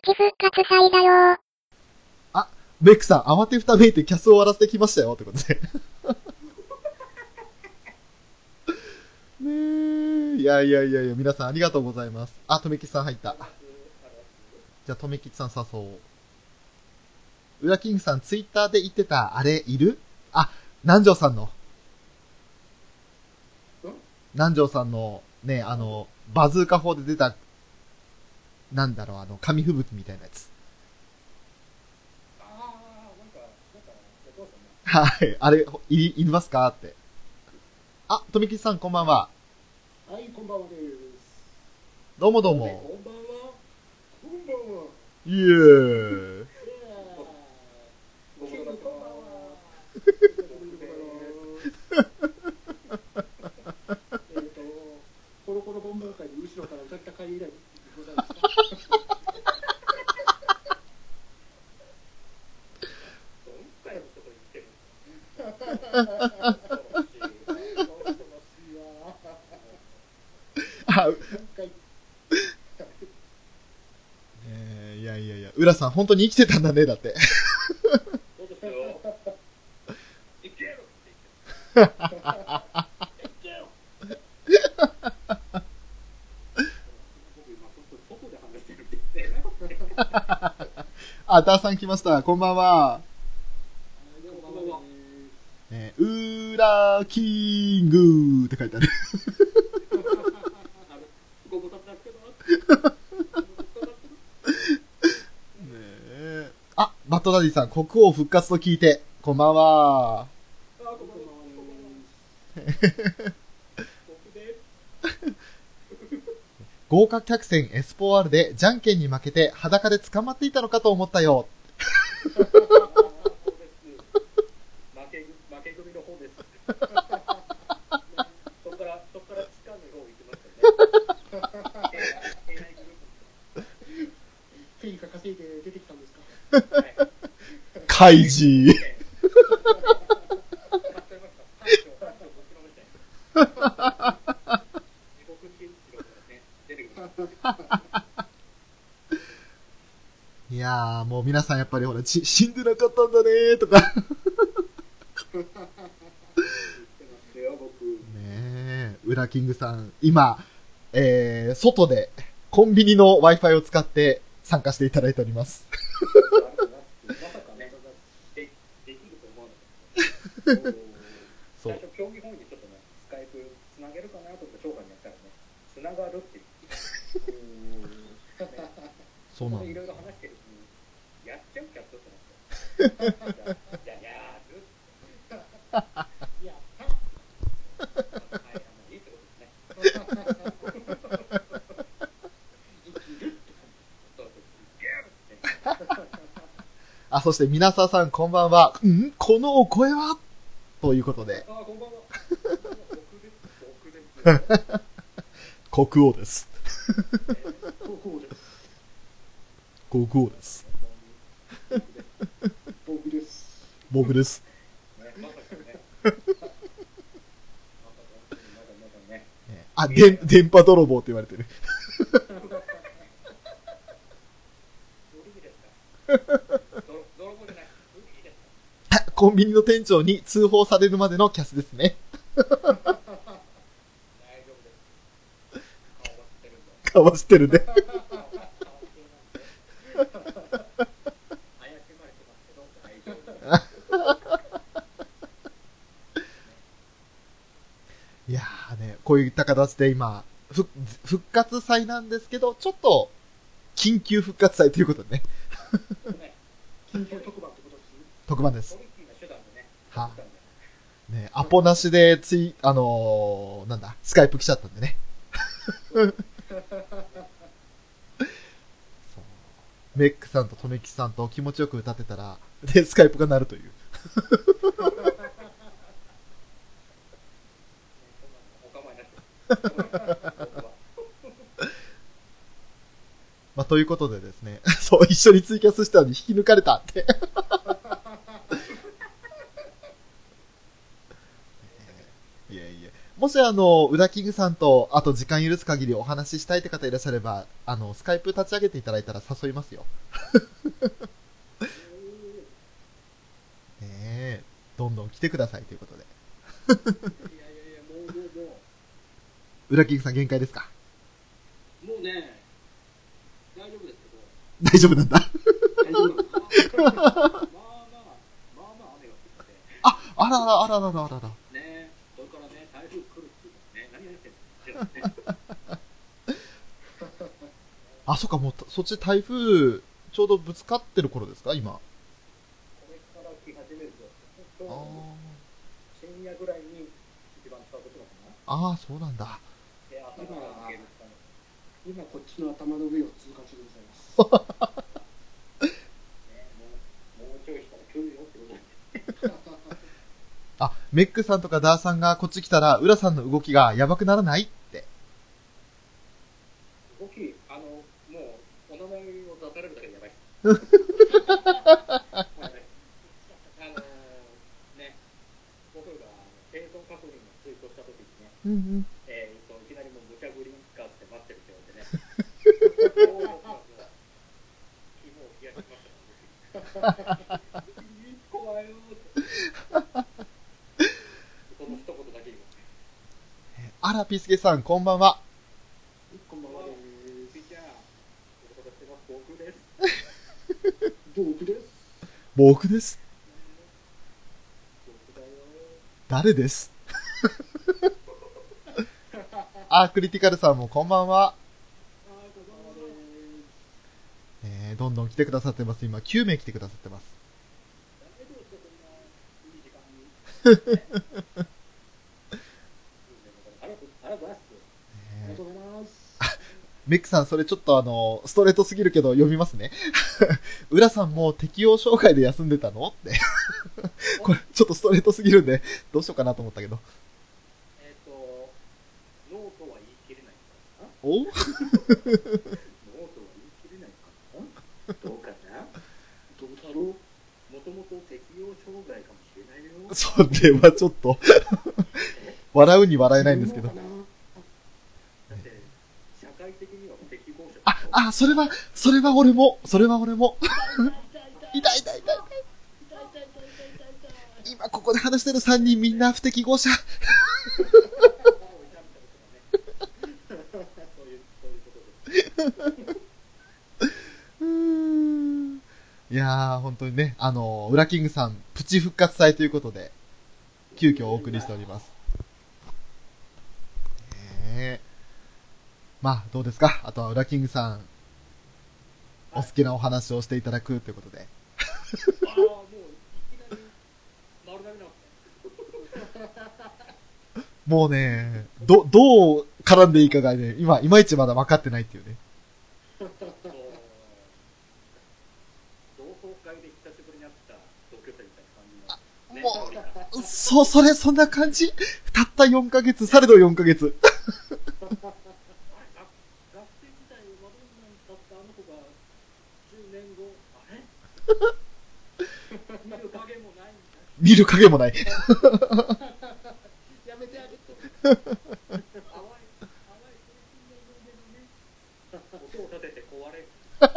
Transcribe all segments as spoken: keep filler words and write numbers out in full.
チ復活祭だよ。 あ、メックさん、慌てふためいてキャスを終わらせてきましたよ、ってことで。ねえ、いやいやいやいや、皆さんありがとうございます。あ、とめきちさん入った。じゃあ、とめきちさん誘おう。ウラキングさん、ツイッターで言ってた、あれ、いる？あ、南條さんの。南條さんの、ね、あの、バズーカ砲で出た、なんだろう、あの、紙吹雪みたいなやつ。 ああ、なんか、なんか、やってましたね。 はい、あれ、いり、いりますかって。あ、とめきちさん、こんばんは。 はい、こんばんはです。 どうもどうも。 こんばんは。こんばんは。 イエーイ。 ごめんなさい。こんばんは。えっと、コロコロボンボン会で後ろから歌った回以来でございます。どんかいのとこ行ってる。 あ、えー、いやいやいや、浦さん本当に生きてたんだね、だって。 そうですよ。いけよって言って。いけよ。僕今外で話してるって言って。 あ、ダーさん来ました。こんばんは。 こんばんは。 えー、ウラキングって書いてある。 ご無沙汰だけど。 ねえ。あ、バットダディさん、国王復活と聞いて、こんばんは。 あ、こんばんは。僕です。 豪華客船 エスフォーアール でじゃんけんに負けて裸で捕まっていたのかと思ったよ。 そうです。負けぐ、負け組の方です。そこから、そこから地下の方行きましたね。エーアイ グループ。フェイが稼いで出てきたんですか。はい。 カイジー。いやー、もう皆さんやっぱりほら、ち死んでなかったんだねーとか。ねえ、ウラキングさん、今、えー、外でコンビニの Wi-Fi を使って参加していただいております。 まさかね、で、できると思わなかった。最初、競技本にちょっとね、スカイプつなげるかなと思って、長官にやったらね、つながるって言って。 そうなんいろいろ話してるうちに、やっちゃうキャットってなって。じゃあ、やーる。やったはい、あの、いいってことですね。 あ、そして皆沢さんこんばんは。んこのお声はということで。 あ、こんばんは。僕です。僕です。 国王です。 国王です。 国王です。 僕です。 僕です。 まさかね。まさかね。 あ、で、電波泥棒って言われてる。コンビニの店長に通報されるまでのキャスですね。 大丈夫です。 かわしてるね。いやーね、こういった形で今、ふ復活祭なんですけど、ちょっと、緊急復活祭ということでね。 緊急特番ってことですね。 特番です。 はあ、ね、アポなしでつい、あのー、なんだ、スカイプ来ちゃったんでね。そうメックさんとトメキさんと気持ちよく歌ってたら、で、スカイプが鳴るという。まあ、ということでですね、そう、一緒にツイキャスしたのに引き抜かれたって。いやいや。 もしあの、ウラキングさんと、あと時間許す限りお話ししたいって方いらっしゃれば、あの、スカイプ立ち上げていただいたら誘いますよ。ねえ、どんどん来てくださいということで。 いやいやいや、もうもうもウラキングさん限界ですか？ う、もうね、大丈夫ですけど。 大丈夫なんだ。 大丈夫なんだ。まあまあ、まあまあ雨が降って。 あ、あららあららららら。 ね、これからね、台風来るっていうね、何やってんの？ あ、そっか、もう、そっち台風、ちょうどぶつかってる頃ですか、今。 これから来始めると、 あ深夜ぐらいに一番近づくのかな。 ああ、そうなんだ。 で、頭が抜けるかな。 今こっちの頭の上を通過中でございます。 ね、もう、もうちょいしたら来るよってことで。 あ、メックさんとかダーさんがこっち来たら、浦さんの動きがやばくならないって。 動き、あの、もう、お名前を出されるだけでやばいっす。あのね、僕が生存確認をツイートしたときにね、 うんうん。 えーと、いきなりもう無茶ぶりがあって待ってるって言われてね、もう、もう、肝を冷やしましたから、僕。怖いよーって。その一言だけ言う。 あら、ピスケさん、こんばんは。 こんばんは。 ピーちゃん、おことしてます。僕です。 僕です。 僕です。 僕だよ誰です？あ、クリティカルさんもこんばんは。えー、どんどん来てくださってます。今、きゅうめい来てくださってます。 ありがとうございます。 メックさん、それちょっとあの、ストレートすぎるけど読みますね。浦さんも適応障害で休んでたのって。これ、ちょっとストレートすぎるんで、どうしようかなと思ったけど。 えっと、ノーとは言い切れないかな。 おノーとは言い切れないかな。どうかな。 どうだろう。 もともと適応障害かもしれないよ。 それはちょっと、笑うに笑えないんですけど。 だって、社会的には適合者。 あ、あ、それは、それは俺も、それは俺も。痛い痛い痛い痛い。今ここで話してるさんにんみんな不適合者。うーん。いやー、本当にね、あのー、ウラキングさん、プチ復活祭ということで、急遽お送りしております。ねえ。まあ、どうですか？あとはウラキングさん、お好きなお話をしていただくということで。 ああ、もう、いきなり、丸投げなんですね。 もうね、ど、どう絡んでいいかがね、今、いまいちまだ分かってないっていうね。 同窓会で久しぶりに会った同居者みたいな感じの、ね、 もう、そう、それ、そんな感じ？たったよんかげつ、されどよんかげつ。 学生時代マドンナだったあの子がじゅうねんご、あれ見る影もないんだ。 見る影もない。 やめてあげて。 淡い、淡い青春の思い出のね、音を立てて壊れる。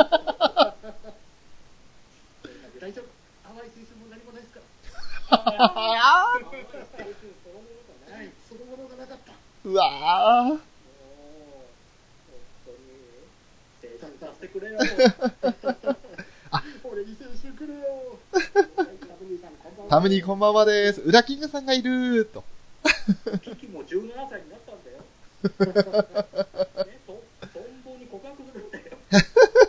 大丈夫。淡い青春も何もないですから。 淡い青春そのものがない。 そのものがなかった。 うわー。 もう、本当に、青春させてくれよ。 俺に青春くれよ。タムニーさんこんばんは。 タムニーこんばんはです。ウラキングさんがいるーと。 キキもじゅうななさいになったんだよ。ね、と、トンボに告白するんだよ。ね、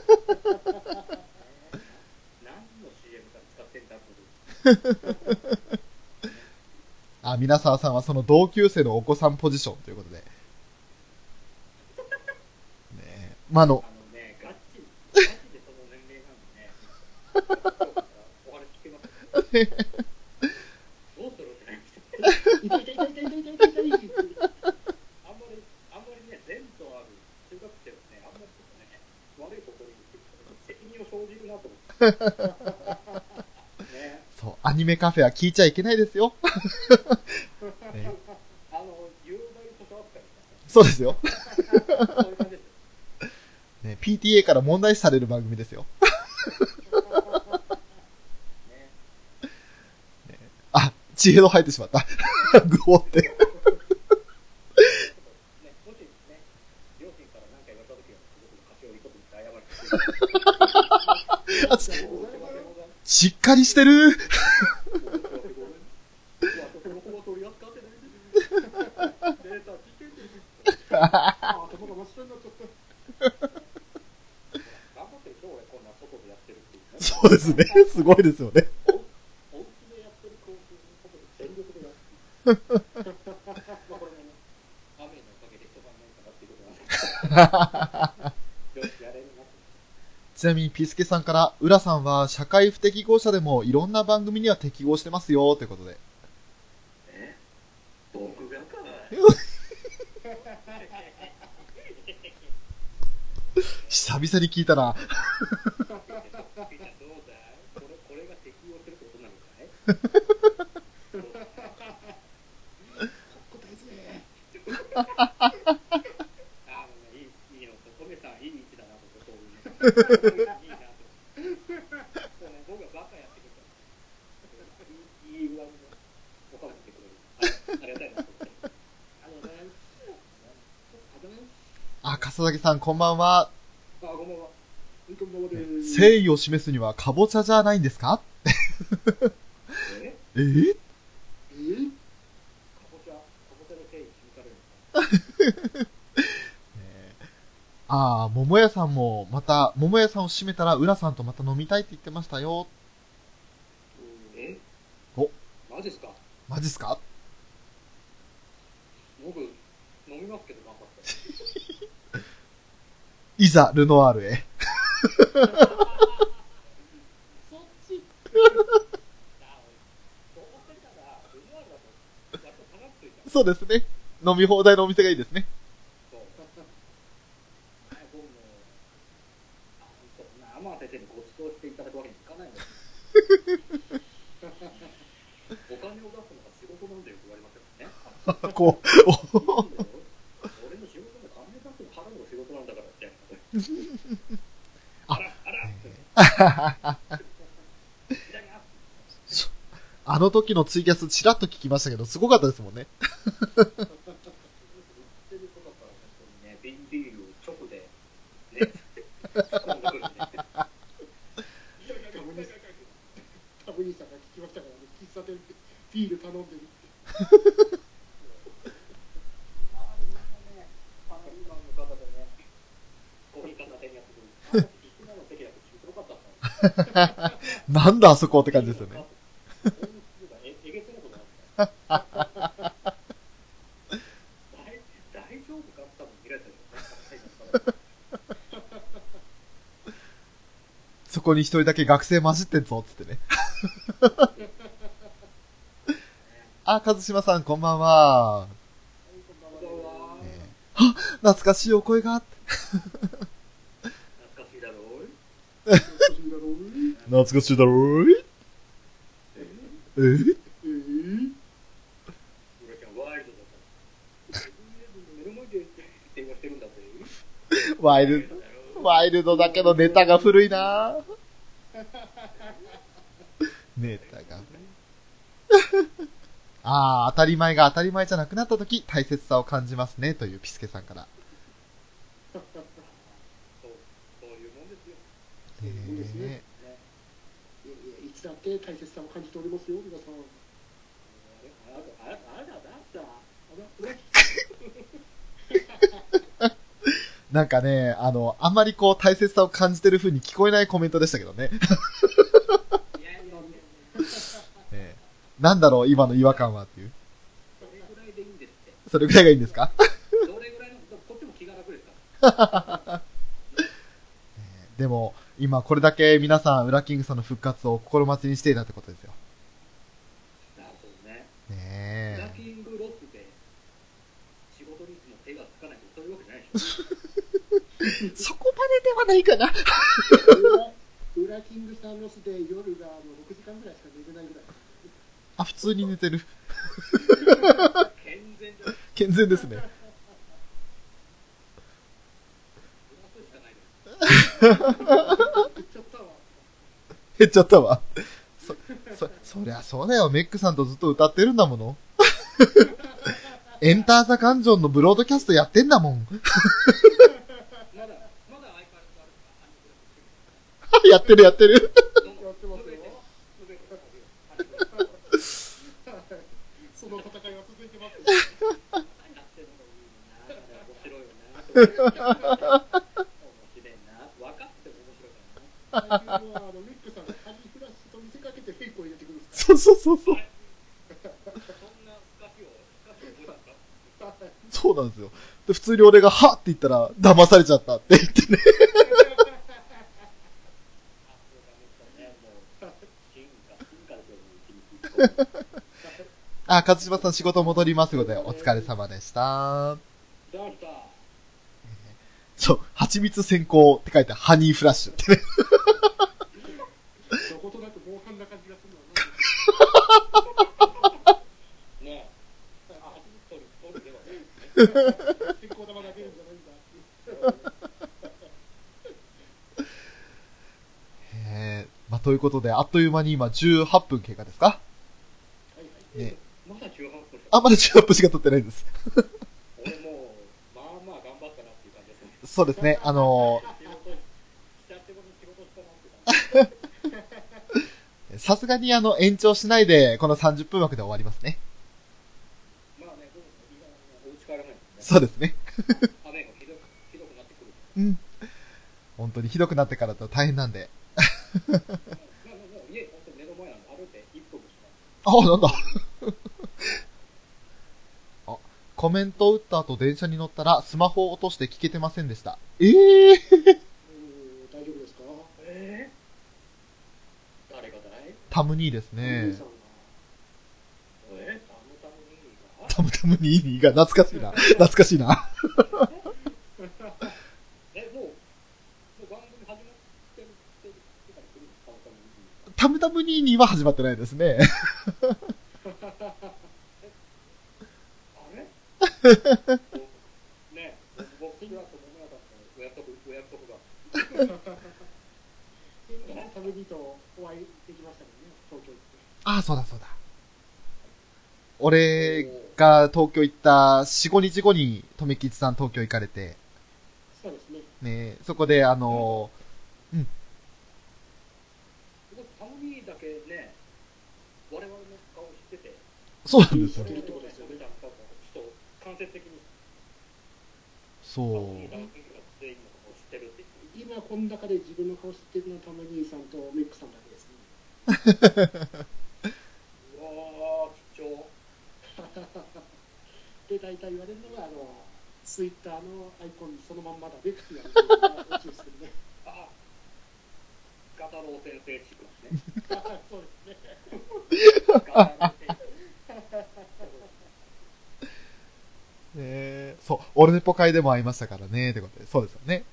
何の シーエム から使ってんだって。 あ、皆沢さんはその同級生のお子さんポジションということで。ねえ。まあ、あの、 あのね、ガチ、ガチでその年齢なんでね。お話聞けます。どうするってね。 痛い痛い痛い痛い痛い痛い痛い痛い。 あんまり、あんまりね、前途ある中学生はね、あんまりちょっとね、悪いところに責任を生じるなと思って。ね。 そう、アニメカフェは聞いちゃいけないですよ。ね、 あの、夕そうですよ。 そういう感じですよ。 ね、ピーティーエー から問題視される番組ですよ。 ね。 あ、血ヘド生えてしまった。グホって。 ね、もしね、両親から何か言われたときは、僕の菓子折りことに謝る。 あちしっかりしてる。 その子は取り扱ってないんですよ。データ危険です。 ああ、頭が真っ白になっちゃった。 頑張ってる人俺こんな外でやってるっていうね。 そうですね。すごいですよね。 お家でやってる工夫のことで全力でやってる。まあこれもね、雨のおかげで人がいないかなっていうことなんですけど。よし、やれるなって。 ちなみにピスケさんから、浦さんは社会不適合者でもいろんな番組には適合してますよということで。 え僕がかい久々に聞いたな。 どうだこれ、これが適応することなのかい答えずね。 ああ、もうね、いい、いいの。トメさん、いい位置だなと、そういうね。いいなと。そうね、僕がバカやってくるから。いい具合にね、おかぶってくれる。ありがたいなと思って。ありがとうございます。ありがとうございます。 あ、笠崎さんこんばんは。 あ、こんばんは。 こんばんはでーす。 誠意を示すにはかぼちゃじゃないんですか？ ええー、 えかぼちゃ、かぼちゃで手に示されるのか。 ああ、桃屋さんも、また、桃屋さんを閉めたら、浦さんとまた飲みたいって言ってましたよ。 えお、 マジっすか？ マジっすか？ 僕、飲みますけど、頑張って。 いざ、ルノワールへ。 そっち。 あ、そう思ってたら、ルノワールだと、割と高くついた。 そうですね。飲み放題のお店がいいですね。 そう。僕も、あ、そんな、天野先生にご馳走していただくわけにいかないのよ。お金を出すのが仕事なんだよって言われましたよね。 こう、お俺の仕事が金出すの払うの仕事なんだからってやる。あら、あらあの時のツイキャスチラッと聞きましたけど、すごかったですもんね。 売ってることだったら本当にね、瓶ビールを直で、ね、今度来るね。 タブニーさんが聞きましたからね、喫茶店でビール頼んでるって。 ああ、みんなね、サラリーマンの方でね、コーヒー片手にやってくる。いつもの席だとすごかったっすね。 なんだあそこって感じですよね。 え、えげつないことなんですか？大、大丈夫かって多分見られたけどね。 そこに一人だけ学生混じってんぞ、つってね。あ、和島さん、こんばんは。あ、懐かしいお声が。 懐かしいだろう？ 懐かしいだろう？ええー、 俺ちゃんワイルドだから。目の前で電話してるんだぜ。 ワイルド、ワイルドだけどネタが古いな。ネタが古い。ああ、当たり前が当たり前じゃなくなったとき、大切さを感じますね、というピスケさんから。 そう、そういうもんですよ。 そうですね。 ねいやいや、いつだって大切さを感じておりますよ、皆さん。 あれ、あれ、あれだ、だった。 あら、ね。 なんかね、あの、あんまりこう大切さを感じてる風に聞こえないコメントでしたけどね。 いやいやいや、 ねなんだろう、今の違和感はっていう。 それぐらいでいいんですって。 それぐらいがいいんですか？ どれぐらいの、こっちも気が楽ですから。 でも、今これだけ皆さん、ウラキングさんの復活を心待ちにしていたってことですよ。 なるほどね。 ねラッキングロスで仕事にいつも手がつかないとそういうわけないでしょ。 え。そこまでではないかな。 ウラキングさんロスで夜があのろくじかんぐらいしか寝てないぐらい。 あ、普通に寝てる。 健全じゃない。 健全ですね。 減っちゃったわ。そ、そ、そりゃそうだよ。メックさんとずっと歌ってるんだもの。エンターザカンジョンのブロードキャストやってんだもん。 まだ、まだ相変わらずあるか、 やってるやってる。 やってますよ。その戦いは続いてますよ。 面白いな。面白いな。面白いな。分かっても面白いからな。 最近はあのミックさんがハニーフラッシュと見せかけてフェイクを入れてくるんです。 そうそうそうそう。 そんなスカキを、スカキを覚えたんですか？ そうなんですよ。で、普通に俺がはって言ったら、騙されちゃったって言ってね。あ、勝島さん仕事戻りますので、お疲れ様でした。そう、蜂蜜先行って書いて、ハニーフラッシュってね。 どことなく防犯な感じがするのはね。ねえ。あ、蜂蜜取る、取るではね。先行玉が出るんじゃないんだ。 へえ、まあ、ということで、あっという間に今じゅうはっぷん経過ですか？ はいはい。ね、まだじゅうはっぷん。 あ、まだじゅうはっぷんしか経ってないんです。 俺もう、まあまあ頑張ったなっていう感じですね。 そうですね、あのー、さすがにあの、延長しないで、このさんじゅっぷん枠で終わりますね。 まあね、どうも、意外にお家帰らないんですね。 そうですね。 雨がひどく、ひどくなってくる。 うん。本当にひどくなってからだと大変なんで。 まあもう家、本当に目の前なんで、歩いていっぷんもしない。 あ、なんだ。あ、コメントを打った後電車に乗ったらスマホを落として聞けてませんでした。ええー。 大丈夫ですか？ えー、誰がだい？ タムニーですね。 えタムタムニーがタムタムニーニーが懐かしいな。懐かしいな。 え、もう、もう番組始まってるってから来るんですか？ タムタムニーニーは始まってないですね。 あれねえ、僕らと桃屋さんとお約束、お約束が。 先日タムニーとお会いできましたもんね、東京行って。 ああ、そうだそうだ。俺が東京行ったよん、ごにちごに、とめきちさん東京行かれて、 そうですね。 ね、そこであのー、うん。 タムニーだけね、我々の顔知ってて、 そうなんですよ。 知ってるってことですよね。 ちょっと間接的に。 そう。 今この中で自分の顔知ってるのはタムニーさんとメックさんだけですね。 うわー、貴重。 で、大体言われるのが、あの、ツイッターのアイコンそのまんまだねって言われてるのが、落ちですけどね。 あ、ガタロウ先生チクね。 そうですね。 ガタロウ先生。 えー、そう、オルネポ会でも会いましたからね、ってことで、そうですよね。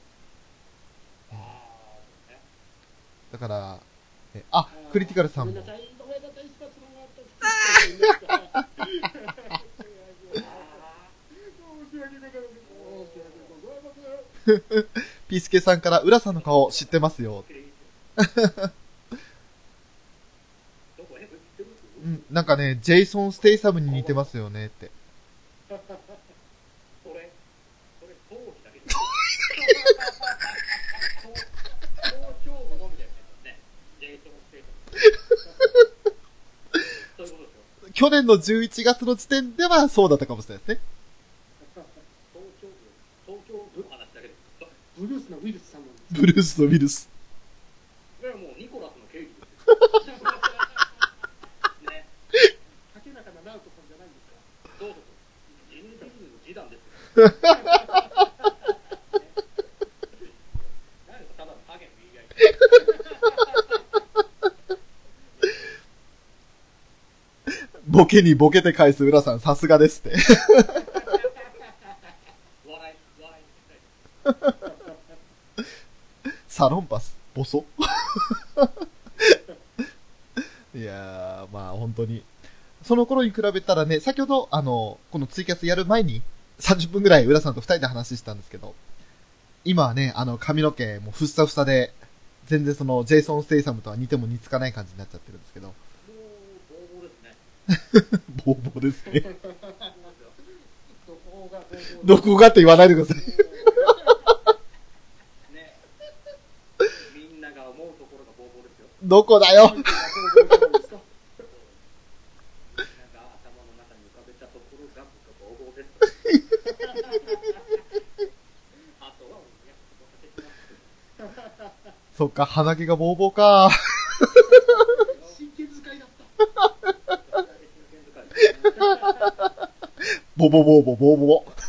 だから、えあ、クリティカルさんも。 ごめんなさい、ごめんなさい、一発のがあった。申し訳ございません。 ピースケさんから浦さんの顔知ってますよ。うん、なんかね、ジェイソン・ステイサムに似てますよねって。 それ、それ、頭皮だけで。頭頂部のみだよね。ジェイソン・ステイサム。そういうことですよ。 去年のじゅういちがつの時点ではそうだったかもしれないですね。 頭頂部、頭頂部の話だけで。 ブルースのウィルスさんなんです。 ブルースとウィルス。 これはもうニコラスの刑事ですよ。ね。 竹中直人さんじゃないんですか？ そうそうそう。ジンジンの示談ですよ。ね、何かただのハゲの言い合い。 ボケにボケて返す浦さん、さすがですって。 笑い、笑いにしたい。 サロンパス、ボソいやー、まあ本当に。その頃に比べたらね、先ほど、あの、このツイキャスやる前に、さんじゅっぷんぐらい浦さんと二人で話したんですけど、 今はね、あの、髪の毛もふっさふさで、全然その、ジェイソン・ステイサムとは似ても似つかない感じになっちゃってるんですけど。 もう、ボーボーですね。 ボーボーですね。 どこがどこがって言わないでください。 ね。みんなが思うところがボーボーですよ。 どこだよ。 みんなが頭の中に浮かべたところがボーボーです。あとは俺が任せてます。 そっか、鼻毛がボーボーか。 真剣使いだった。 ボボボーボーボーボー。 ね、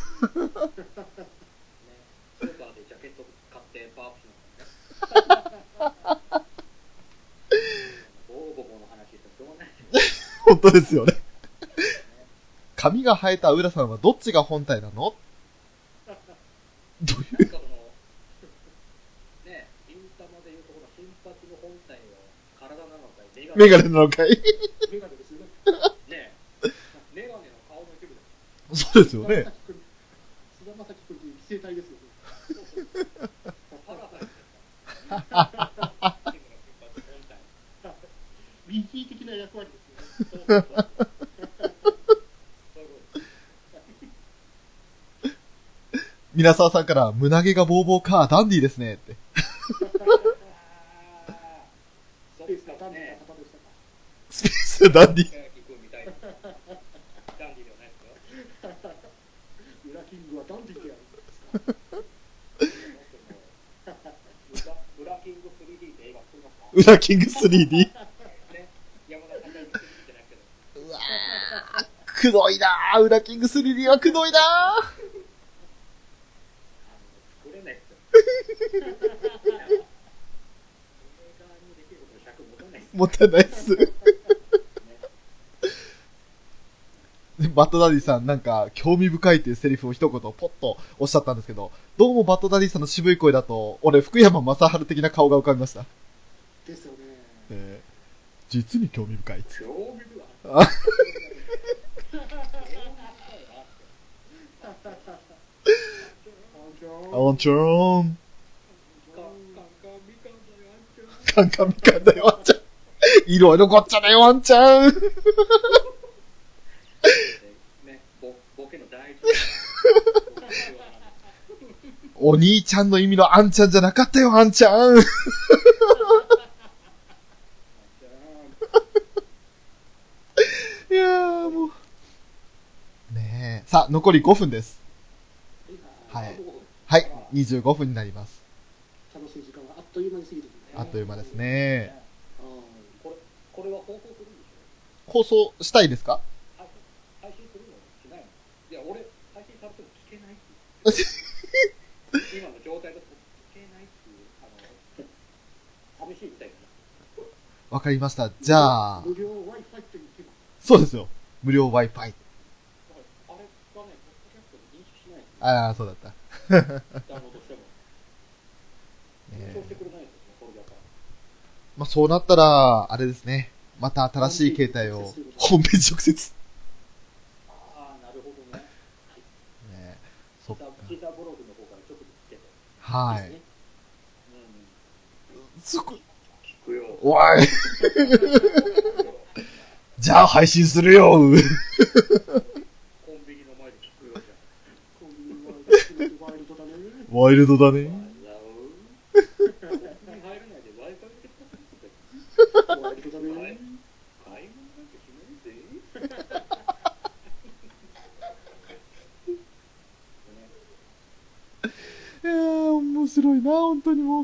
スーパーでジャケット買ってパワーアップしますからね。ボーボボの話してしょうがないですよ。 本当ですよね。髪が生えた浦さんはどっちが本体なの？どういうなんかその、ね、インタマでいうところの金髪の本体は体なのかい、 メガネなのかい？ メガネですよね。 ね、メガネの顔の一部だ。 そうですよね。 菅田将暉君っていう寄生体ですよね。 パラダイスですから。 ミッキー的な役割ですよね。そうそうそう。 皆沢さんから胸毛がボーボーか、ダンディーですねって。 スペースがダンディーな方でしたか。 スペースダンディー。 裏キングはダンディーであるんですか。 裏キング スリーディー って映画作りますか？ 裏キング スリーディー。うわー、くどいなー。裏キング スリーディー はくどいなー。 作れないですよ。 もったいないっす。バッドダディさんなんか興味深いっていうセリフを一言ポッとおっしゃったんですけど、どうもバッドダディさんの渋い声だと俺福山雅治的な顔が浮かびました。 ですよね。 えー、実に興味深い。 興味深い。 あんちゃーん。カンカンみかんだよ、ワンちゃん。いろいろごっちゃだよ、ワンちゃん。 ね、ボケの大事。 お兄ちゃんの意味のあんちゃんじゃなかったよ、あんちゃん。いやーもう。ねえ。さあ、残りごふんです。はい。はい、にじゅうごふんになります。 楽しい時間はあっという間に過ぎてるね。 あっという間ですね。 これ、これは放送するんでしょ？ 放送したいですか？ 配信するのしないの？いや、俺、配信されても聞けないっていう。今の状態だと聞けないっていう、あの、寂しいみたいな。 わかりました。じゃあ。 無料 Wi-Fi って言ってます。 そうですよ。無料 Wi-Fi。 あれがね、ポッドキャストで認識しない。 ああ、そうだった。 ダウンロードしても。そうしてくれないですよね、これだから。 まあそうなったら、あれですね。また新しい携帯をホームページ直接。 ああ、なるほどね。 ね、そっか。 シーターブログの方から直接聞けて。 はい。 うん。 そこ。 聞くよ。 おい。じゃあ配信するよ。コンビニの前で聞くよじゃん。 コンビニの前で聞くよ。ワイルドだね。 ワイルドだね。 ワイルドだね。 買い物なんてしないぜ。 いやー、面白いな、本当にもう。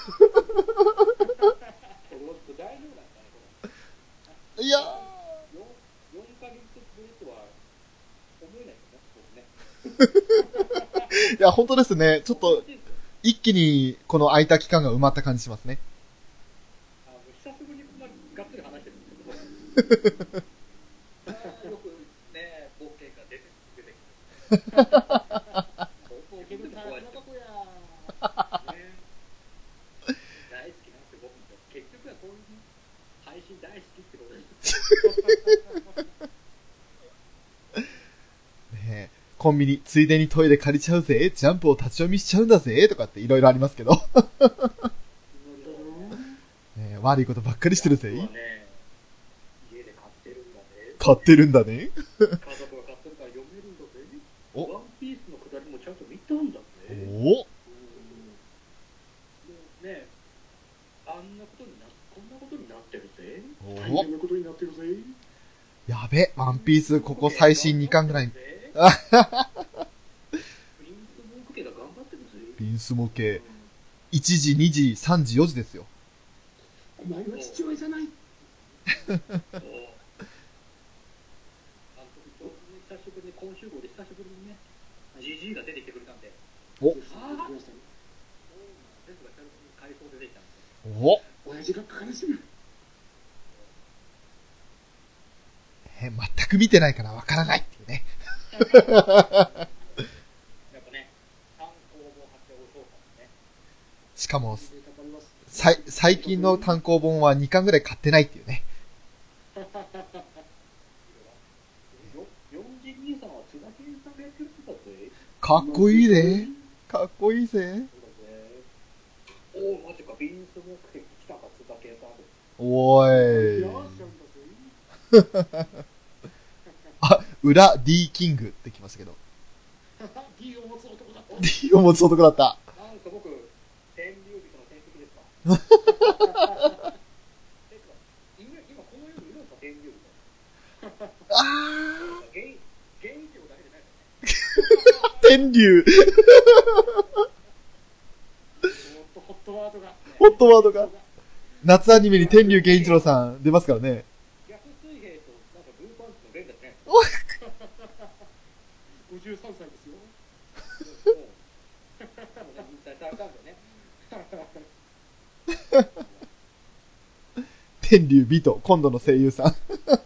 いやー。 よんかげつぶりとは思えないよね。 いや、本当ですね。ちょっと、一気にこの空いた期間が埋まった感じしますね。 あの久しぶりにこんながっつり話してるんですけど、よくね、ボケが出て出てきて。ボケって怖いですよ。ね、大好きなんて僕も結局はこういう配信大好きってことです。 ねえ、 コンビニ、ついでにトイレ借りちゃうぜ、ジャンプを立ち読みしちゃうんだぜ、とかっていろいろありますけど。ね、悪いことばっかりしてるぜ。 ね、家で買ってるんだね。 買ってるんだね。 家族が買ってるから読めるんだぜ。 おワンピースのくだりもちゃんと見たんだぜ。 おね、あんなことにな、こんなことになってるぜ。 大変なことになってるぜ。 やべ、ワンピースここ最新にかんぐらい。 プリンスモーク家が頑張ってるぜ。 プリンス模型。いちじ、にじ、さんじ、よじですよ。 お前は父親じゃない。 あの時、久しぶりに今週号で久しぶりにね、ジジイが出てきてくれたんで。 おああ、ですが、回想出てきたんですよ。 お親父が悲しむ。 え、全く見てないからわからないっていうね。 やっぱね、単行本発表をそうかもね。 しかも、さい最近の単行本はにかんぐらい買ってないっていうね。 よよんじ兄さんは津田健さんがやってる人だぜ。 かっこいいぜ。かっこいいぜ。 おお、マジか、ビーンスモーク来たか、津田健さん。 おーい。 いやー、ちゃんだぜ。 あ、裏 D キングってきましたけど。 D を持つ男だった。 D を持つ男だった。 なんか僕、天竜人の天敵ですか。今、今この世にいるんですか、天竜人。 あ現現役をだけでないー。天竜。 ホットワードが。 ホットワードが。夏アニメに天竜源一郎さん出ますからね。 逆水平と、なんかブーパンツの連だね。 ごじゅうさんさいですよ。 もう、もう引退されたんだね。 天竜美と今度の声優さん。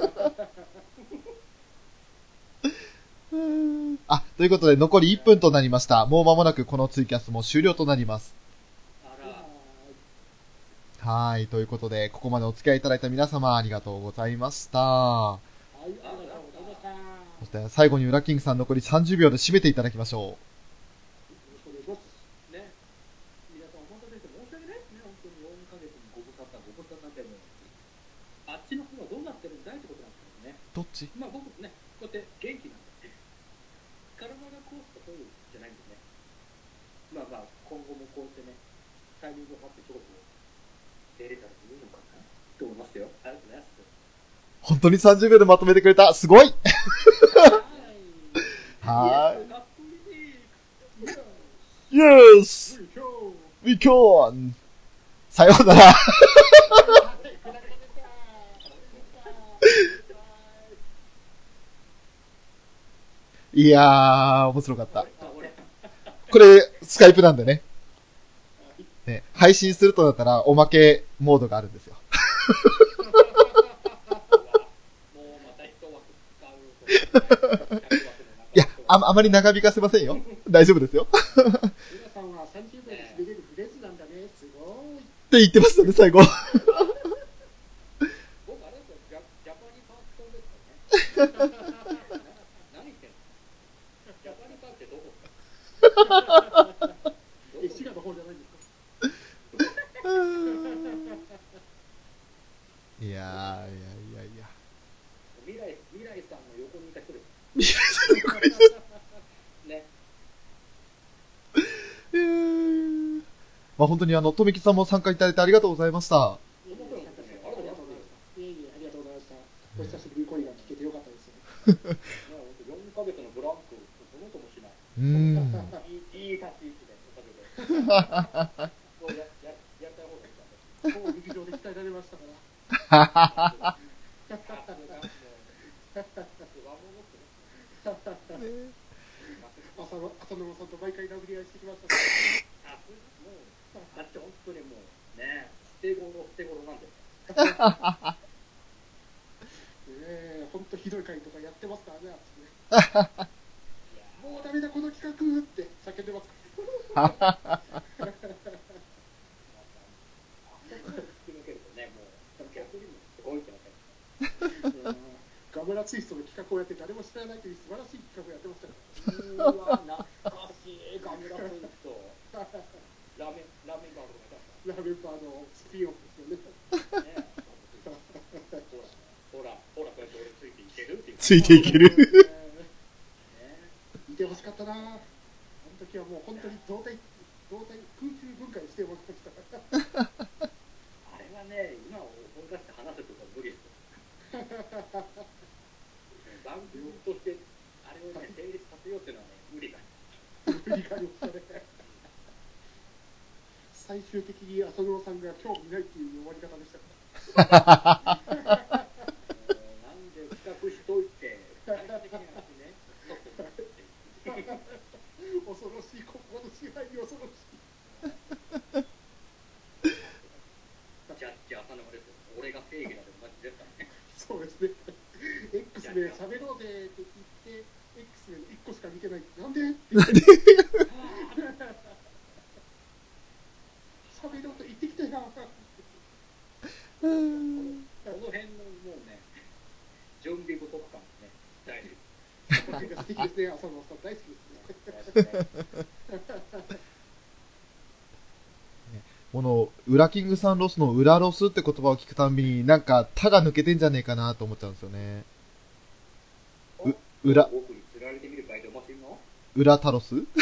あ、ということで残りいっぷんとなりました。もう間もなくこのツイキャスも終了となります。 あら、 はい、ということで、ここまでお付き合いいただいた皆様ありがとうございました。 はい、ありがとうございました。よそして最後にウラキングさん残りさんじゅうびょうで締めていただきましょろしくお願いします。 ね。皆さんお待たせして申し訳ないですね。本当によんかげつにごぶさった、ごぶさったってもう、あっちの方はどうなってるんだいってことなんですけどね。 う。どっちまあ僕ね、こうやって元気なんで、体がこうとそうじゃないんでね。まあまあ、今後もこうやってね、タイミングを張ってちょこちょこ出れたらいいのかなと思いますよ。ありがとうございます。 本当にさんじゅうびょうでまとめてくれた。すごいはかっこいい。 ーい。Yes! We can! さようなら。いやー、面白かった。これ、スカイプなんでね。ね、配信するとなったら、おまけモードがあるんですよ。いや、あ、あまり長引かせませんよ。大丈夫ですよ。 皆さんはさんじゅうびょうで滑れるフレーズなんだね。すごい。 って言ってましたね、最後。 僕あれですよ、ジャジャパニーパークソンですからね。何言ってんの？ジャパニーパークってどこ？ え、滋賀の方じゃないんですか？ いやー、いやいやいや。 未来、未来さんの横にいた人です。 未来さんの横にいたね。 えー、まあ本当にあの、とめきさんも参加いただいてありがとうございました。 面白かったですよ。ありがとうございました。 いえいえ、ありがとうございました。お久しぶりに声が聞けてよかったです。 ね、ほんとよんかげつのブランク、そのともしない。 うーん。 いい、いい立ち位置で、おかげで。こうや、や、やりたい方がいいかもう陸上で鍛えられましたから。 ら。さすが、もう、和物ってね。 浅野浅野さんと毎回殴り合いしてきましたから。 あ、もう、だって本当にもう、ね、捨て頃、捨て頃なんで。 ねえ、ほんとひどい回とかやってますからね、あっちね。もうダメだこの企画って叫んでますから。 突き抜けるとね、もう、逆にもすごいってなって。 頑張バラツイストの企画をやって誰も知らないという素晴らしい企画をやってましたから。 うわ、懐かしいガムラツイスト。ラーメンラーメンバーとかラーメンバーのスピンオフですよね。 ね。ほらほらほらこうやって俺ついていけるっていう。 ついていける。 いてほしかったな。あの時はもう本当に動体動体空中分解してもらいましたから。 あれはね、今を思い出して話すとか無理ですよ。番組としてあれをね成立させようっていうのはね無理だ。 無理がありましたね。最終的に浅野さんが興味ないっていう終わり方でしたから。 なんで企画しといて最終的にはね恐ろしいここの支配に恐ろしい。 ジャッジ浅野ですよ。俺が正義だってマジですからね。 そうですね。X で喋ろうぜって言って X でいっこしか見てない。なんでって言って喋ろうと言ってきたよ。この辺のもうね準備不足感ね大事。 これが素敵ですね。浅野さん大好きですね。 この、ウラキングさんロスの裏ロスって言葉を聞くたんびに、なんか、他が抜けてんじゃねえかなと思っちゃうんですよね。う、裏、 僕に釣られてみる場合でおませんの？ 裏タロス君も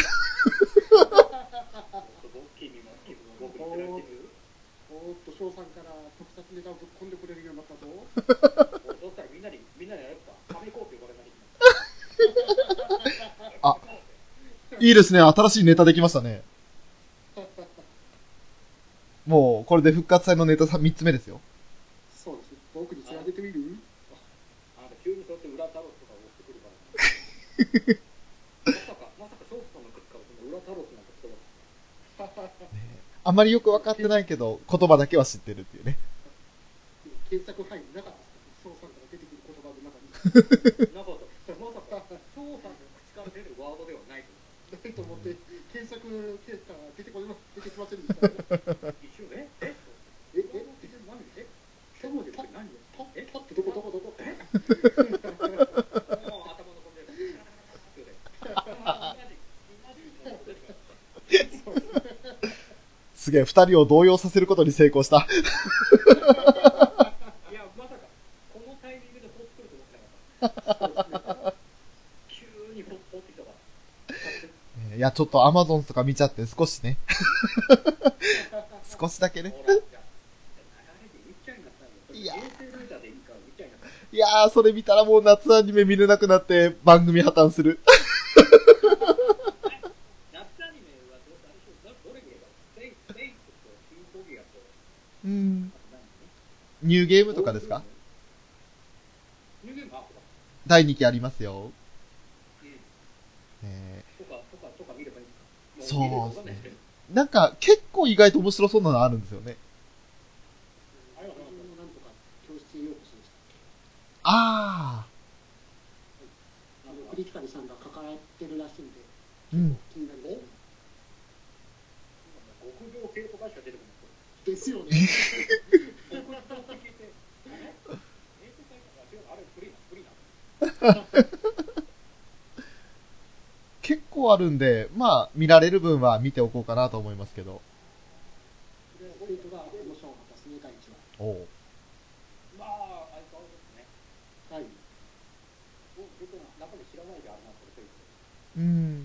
君も僕に釣られてみる？ おーっと翔さんから特撮ネタをぶっ込んでくれるようになったぞ。 どうしたらみんなにみんなにやるか。亀行って呼ばれない。 あ、いいですね。新しいネタできましたね。もう、これで復活祭のネタみっつめですよ。 そうです。僕につなげてみる？ あなた急にそうやって裏タロスとかを押してくるから。まさか、まさか翔さんの口からその裏タロスなんか言葉。 あまりよく分かってないけど、言葉だけは知ってるっていうね。 検索範囲なかったですか？翔さんから出てくる言葉の中に。 なかった。まさか翔さんの口から出るワードではないと思う。 ないと思って検索結果出てこな出てきませんでした。 一瞬ええええ何えしょうもで何パッパッってどこどこどこえもう頭のこれすげえ、二人を動揺させることに成功した。 いや、まさかこのタイミングでポッとくると思ってなかった。急にポッポってきたから。 いや、ちょっとアマゾンとか見ちゃって少しね。少しだけね。いやいやー、それ見たらもう夏アニメ見れなくなって番組破綻する。 夏アニメはどれぐらいだろう？セイセイとキントギアと。 うん。ニューゲームとかですか？ ニューゲームあ、 だいにきありますよ。 うん。 えー、とか、とか、とか見ればいいんですか？ そうですね。なんか、結構意外と面白そうなのあるんですよね。 あれはなんとか教室へようこそでした。 ああのクリティカルさんが関わってるらしいんで、 ー。うん。 気になりますね。 極上生徒会社出てくるんですよね。 極上って聞いて、あれ生徒会社が違うあれフリーな、フリーな。 結構あるんで、まあ、見られる分は見ておこうかなと思いますけど。 生徒が面白かったですね、第一話。 おう。 まあ、相変わらずですね。 はい。 僕、中身知らないであるな、これ、という。 うん。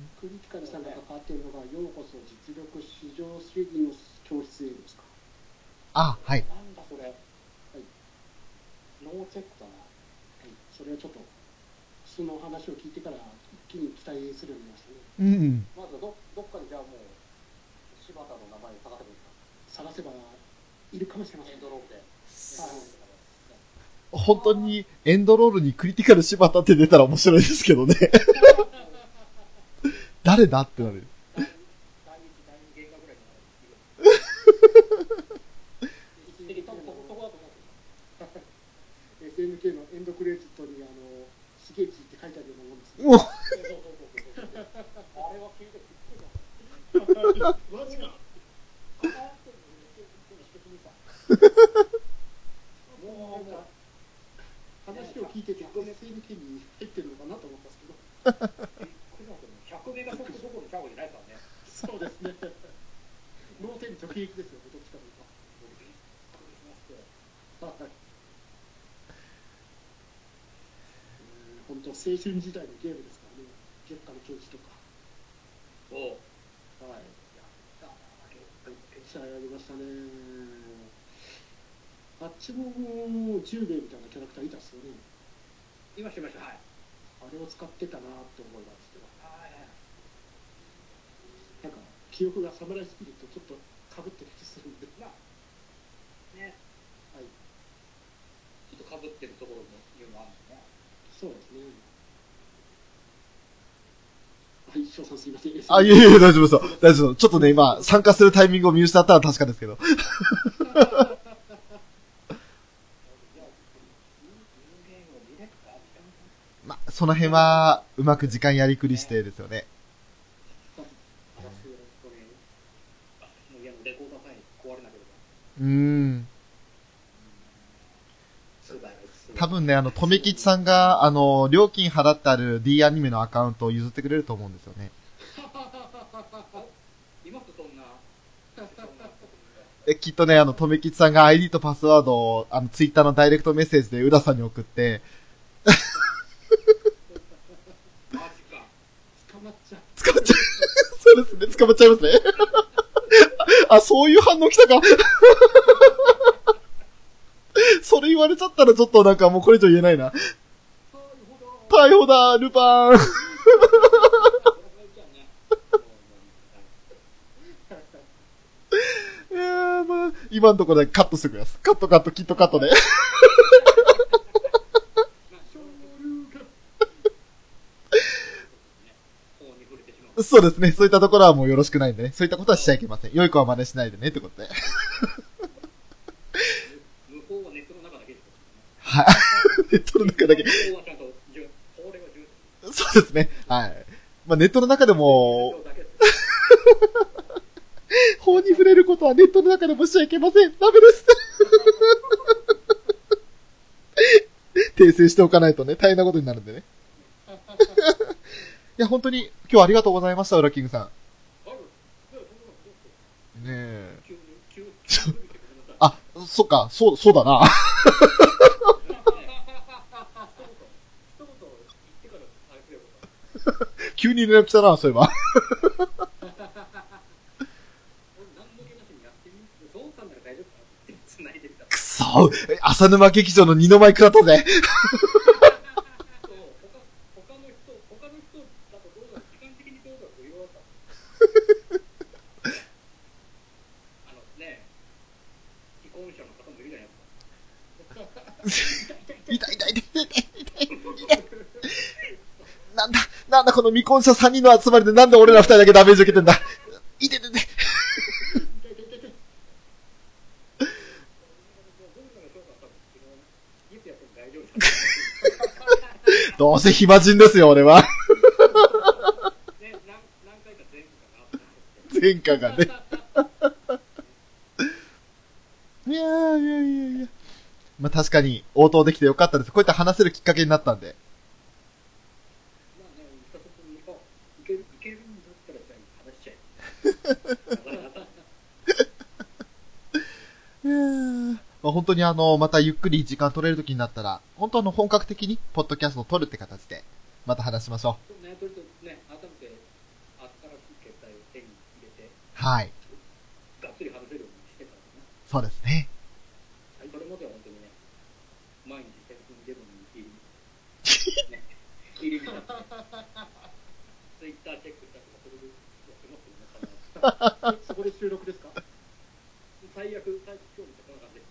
クリティカルさんが関わっているのが、ようこそ実力至上主義の教室へですか。 あ、はい。 なんだそれ。はい。ノーチェックだな。 はい。それはちょっと、その話を聞いてから一気に期待するようになりましたね。 うん。 まずど、どっかにじゃあもう、柴田の名前を探せばいいですか？ 探せばいるかもしれません。 エンドロールで。はい。 本当にエンドロールにクリティカル柴田って出たら面白いですけどね。誰だってなる。 第一、第二原画ぐらいになる。一時多分そこだと思うんですよ。 エスエヌケー のエンドクレジットにあのしげちって書いてあるようなもんです、ね。 もうあれは聞いてびっくりだ。 マジか。もう話を聞いてて エス定の件に入ってるのかなと思ったんですけど。 ひゃくメガショットどころちゃうわけないからね。 そうですね。脳天直撃ですよ、どっちかというと。はい。本当、青春時代のゲームですからね。月下の教授とか。 おう。 はい。やったー。めっちゃやりましたね。あっちもじゅう名みたいなキャラクターいたっすよね。 いましたいました。はい。 あれを使ってたなって思いますけど。 はい。 なんか記憶がサムライスピリットちょっとかぶってる気するんで。 まあね。 はい。 ちょっとかぶってるところもいうのあるんですね。 そうですね。はい、翔さんすいません。 あ、いえいえ、大丈夫ですよ。大丈夫です。ちょっとね、今、参加するタイミングを見失ったら確かですけど。まあ、その辺は、うまく時間やりくりしてですよね。うーん。多分ね、あの、とめきちさんが、あの、料金払ってある D アニメのアカウントを譲ってくれると思うんですよね。え、きっとね、あの、とめきちさんが アイディー とパスワードを、あの、ツイッターのダイレクトメッセージで、うらさんに送って、 マジか。 捕まっちゃう。 捕まっちゃう。そうですね、捕まっちゃいますね。あ、そういう反応来たか。それ言われちゃったらちょっとなんかもうこれ以上言えないな。逮捕だ、ルパン。いやー、まあ、今のところでカットしてください。カットカット、きっとカットで。そうですね。そういったところはもうよろしくないんでね。そういったことはしちゃいけません。良い子は真似しないでねってことで。 向こうはネットの中だけです。 はい。ネットの中だけ。そうですね。はい。まあネットの中でも、法に触れることはネットの中でもしちゃいけません。ダメです。訂正しておかないとね、大変なことになるんでね。いや、本当に、今日はありがとうございました、ウラキングさん。ねえ。あ、そっか、そう、そうだな。急に連絡来たな、そういえば。くそ、浅沼劇場の二の舞食らったぜ。痛い痛い痛い痛い痛い痛い。なんだ、なんだこの未婚者さんにんの集まりでなんで俺らふたりだけダメージ受けてんだ。いててて。どうせ暇人ですよ、俺は。前科がね。いやー、いやいやいや。まあ、確かに応答できてよかったです。こういった話せるきっかけになったんで。いやー、まあ、本当にあの、またゆっくり時間取れる時になったら、本当あの、本格的にポッドキャストを撮るって形で、また話しましょう。 ね、とりあえずね、改めて、新しい携帯を手に入れて、 はい。 がっつり話せるようにしてからね。 そうですね。 それまでは本当にね、毎日セブンイレブンに入り、ね、入りになって、ツイッターチェックしたりとか、それでやってますけどね、 そこで収録ですか？ 最悪、最悪、今日みたいな感じで。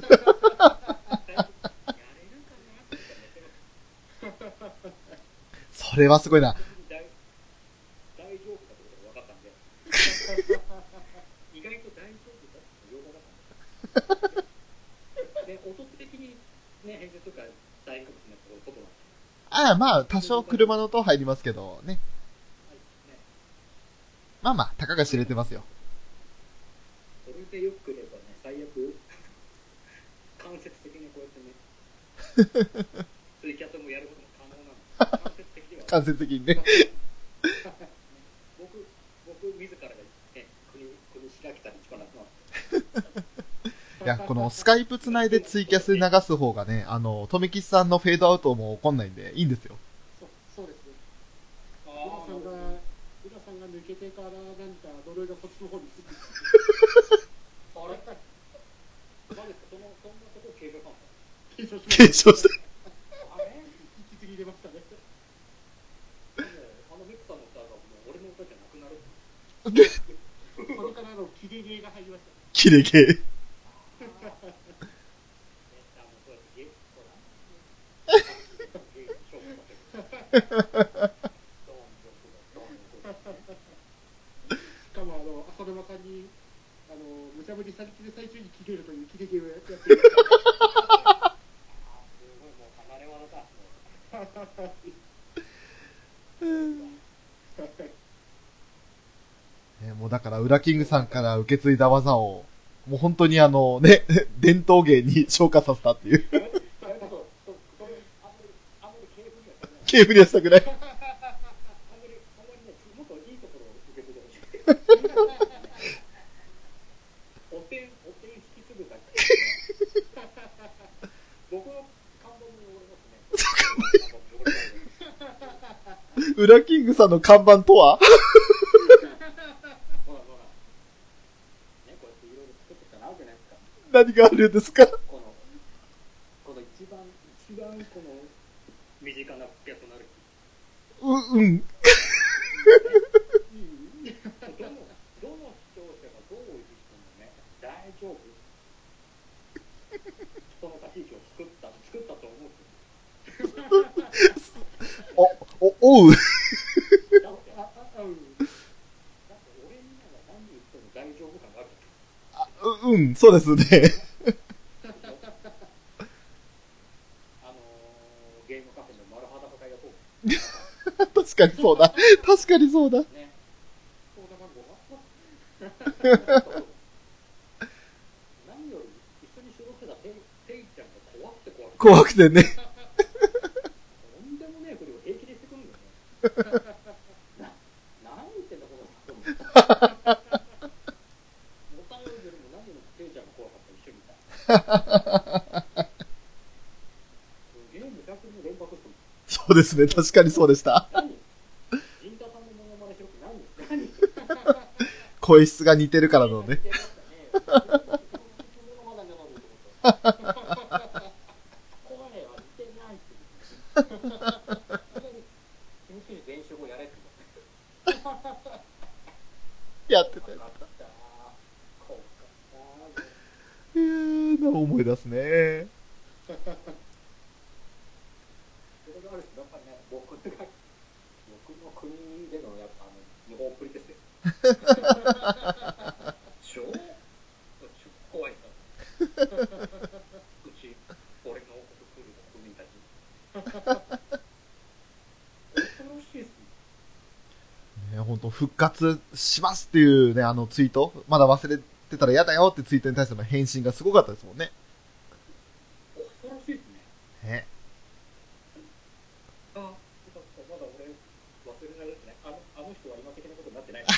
それはすごいな。 大丈夫かってことが分かったんで。意外と大丈夫だって用語だったんで。ね、音的にね、編集とか大変かもしれないことなんです。 ああ、まあ、多少車の音入りますけど、ね。まあまあ、たかが知れてますよ。 それでよくればね、最悪、間接的にこうやってね、ツイキャスもやることも間接的にね。 僕、僕自らがね、国、国しらきたり一番楽なんですいや、このスカイプつないでツイキャスで流す方がね、あの、とめきちさんのフェードアウトも起こんないんで、いいんですよ。 そうそうですね。 あ浦さんが、浦さんが抜けてから、なんか、呪いがこっちの方に移ってきた。 あれ何ですか、その、そんなことを継承したんですか？ 継承しました。 継承して。 あれ引き継ぎ出ましたね。 でも、あのミクさんの歌がもう俺の歌じゃなくなる。 それからのキレゲーが入りました。 キレゲー。 しかもあの浅沼さんにあの無茶ぶりされてる最中に切れるというキレゲーをやってる。すごいもう離れ技だ。 ね、もうだから、ウラキングさんから受け継いだ技を、もう本当にあのね、伝統芸に昇華させたっていう。ケーブルはしたくない。 お手、お手引き継ぐだけ。僕の看板におりますね。 ウラキングさんの看板とはほらほら。ね、こうやっていろいろ作ってきたらあるじゃないですか。 何があるんですか？ この、この一番、一番この、身近なペアとなる。 う、うん。 どの、どの視聴者がどういじってもね、大丈夫。人の立ち位置を作った、作ったと思う。 お、お、おう。 だって、だって俺みんなが何言っても大丈夫感がある。 あ、う、うん、そうですね。 あのー、ゲームカフェの丸裸会がこう。 確かにそうだ。確かにそうだ。 ね。相談番号は何より一緒に収録してたペイ、ペイちゃんが怖くて怖くて。 怖くてね。 とんでもねえことを平気でしてくるんだよね。な、何言ってんだこの人。もたよりよりも何よりもペイちゃんが怖かった一緒にいた。ゲームひゃくに連発してる。 そうですね。確かにそうでした。 何陣田さんのモノマネしろって何ですか？ 声質が似てるからのね。やってた。いやー、な思い出すね。 僕が僕の国でのやっぱあの日本プリテスです超超怖いさうち俺のこと来る国民たち恐ろしいっすね、本当復活しますっていうね、あのツイート、まだ忘れてたら嫌だよってツイートに対しての返信がすごかったですもんね。 恐ろしいっすね。 ね。 あ、まだ俺忘れないですね。あのあの人は今的なことになってない。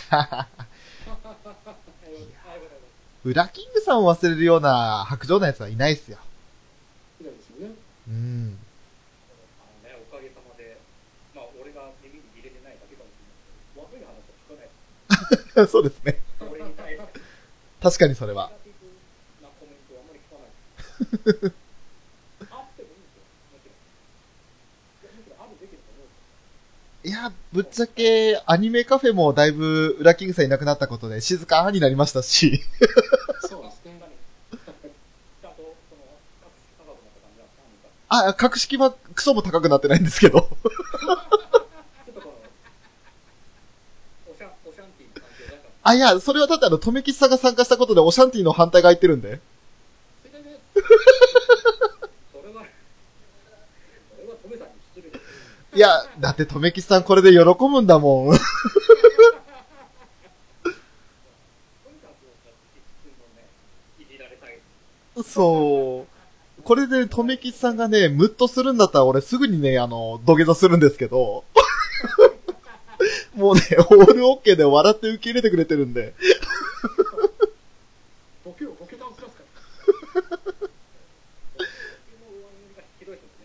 ウラキングさんを忘れるような白状なやつはいないっすよ。 いないですよね。 うん。 あのね、おかげさまで、まあ俺が耳に入れてないだけかもしれないけど、悪い話は聞かない。 そうですね。 俺に対して。 確かにそれは。 ネガティブなコメントはあんまり聞かない。あってもいいんですよ。もちろん。むしろあるべきだと思う。 いや、ぶっちゃけアニメカフェもだいぶウラキングさんいなくなったことで静かになりましたし。 そうですね。 ちゃんと、その、各種価格の方が何人か。 あ、格式はクソも高くなってないんですけど。 ちょっとこの、オシャン、オシャンティーの関係だから。 あ、いや、それはだってあの、とめきちさんが参加したことでオシャンティの反対が入ってるんで。 それで、 それは、それはトメさんに失礼です。 いや、だってとめきちさんこれで喜ぶんだもん。そう。これでとめきちさんがね、ムッとするんだったら俺すぐにね、あの、土下座するんですけど。 もうね、オールオッケーで笑って受け入れてくれてるんで。 ボケをボケ倒しますから。 ひどいですね。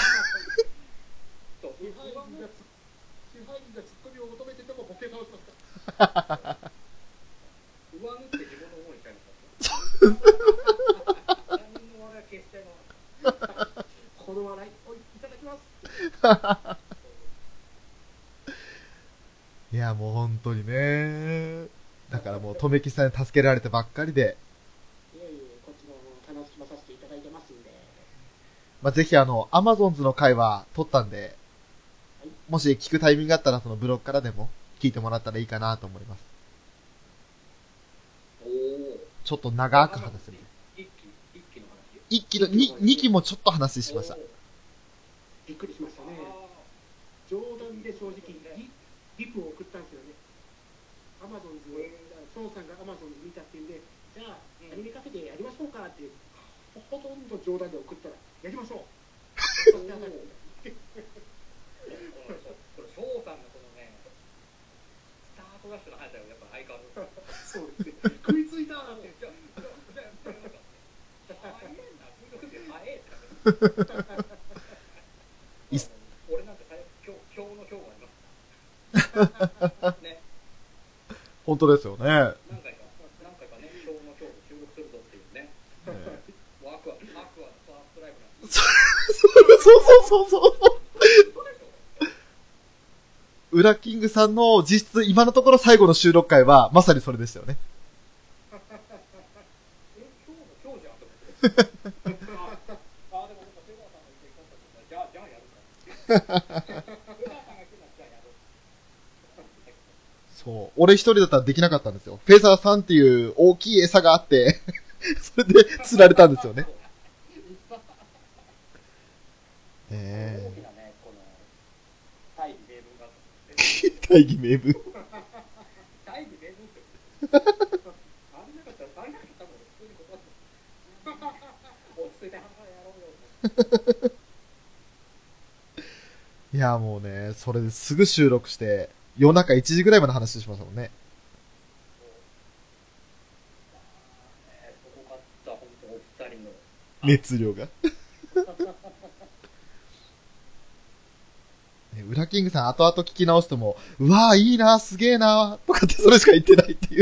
そう、 支配人が支配人がツッコミを求めててもボケ倒しますから。 上塗って自分の思いにしちゃいますから。他人の笑い消しちゃいます。 この笑いをいただきます。 いや、もう本当にね。だからもう、とめきさんに助けられてばっかりで。 いえいえ、こっちも楽しまさせていただいてますんで。 まあ、ぜひあの、アマゾンズの回は撮ったんで、もし聞くタイミングがあったら、そのブログからでも聞いてもらったらいいかなと思います。 おー。 ちょっと長く話せる。 一期、一期の話。 一期の、に、二期もちょっと話しました。 びっくりしましたね。冗談で正直リ、リプを送ったんですよね。アマゾンズ、孫さんがアマゾンズ見たっていうんで、じゃあ、アニメカフェでやりましょうかって、ほとんど冗談で送ったら、やりましょう。そして当たり。 これ、翔さんのこのね、スタートダッシュの速さよ、やっぱ相変わらず。 そうですね。食いついたーって。 いや、いや、いや、なんか、早いな、風力で早いっていっ俺なんて最今日、今日の今日もあります。ね。 本当ですよね。 何回か、何回かね、今日の今日で収録するぞっていうね。もうアクア、アクアのファーストライブなんて。 そうそうそうそうそう。ウラキングさんの実質今のところ最後の収録回はまさにそれでしたよね。 え、今日の今日じゃんと思って。あ、あ、でもなんか瀬川さんが言ってコンタクトじゃあ、じゃあやるか。瀬川さんが来るならじゃあやろう。 そう。俺一人だったらできなかったんですよ。フェザーさんっていう大きい餌があって、それで釣られたんですよね。え大きなね、この大義名分があったんですー、大義名分。 大義名分ってあれなかったら、あれなかったらもう普通に断って落ち着いて話やろうよ。 いや、もうね、それですぐ収録して、夜中いちじぐらいまで話しましたもんね。 すごかった、本当お二人の熱量が。ね、ウラキングさん後々聞き直しても、うわーいいな、すげーな、とかってそれしか言ってないっていう。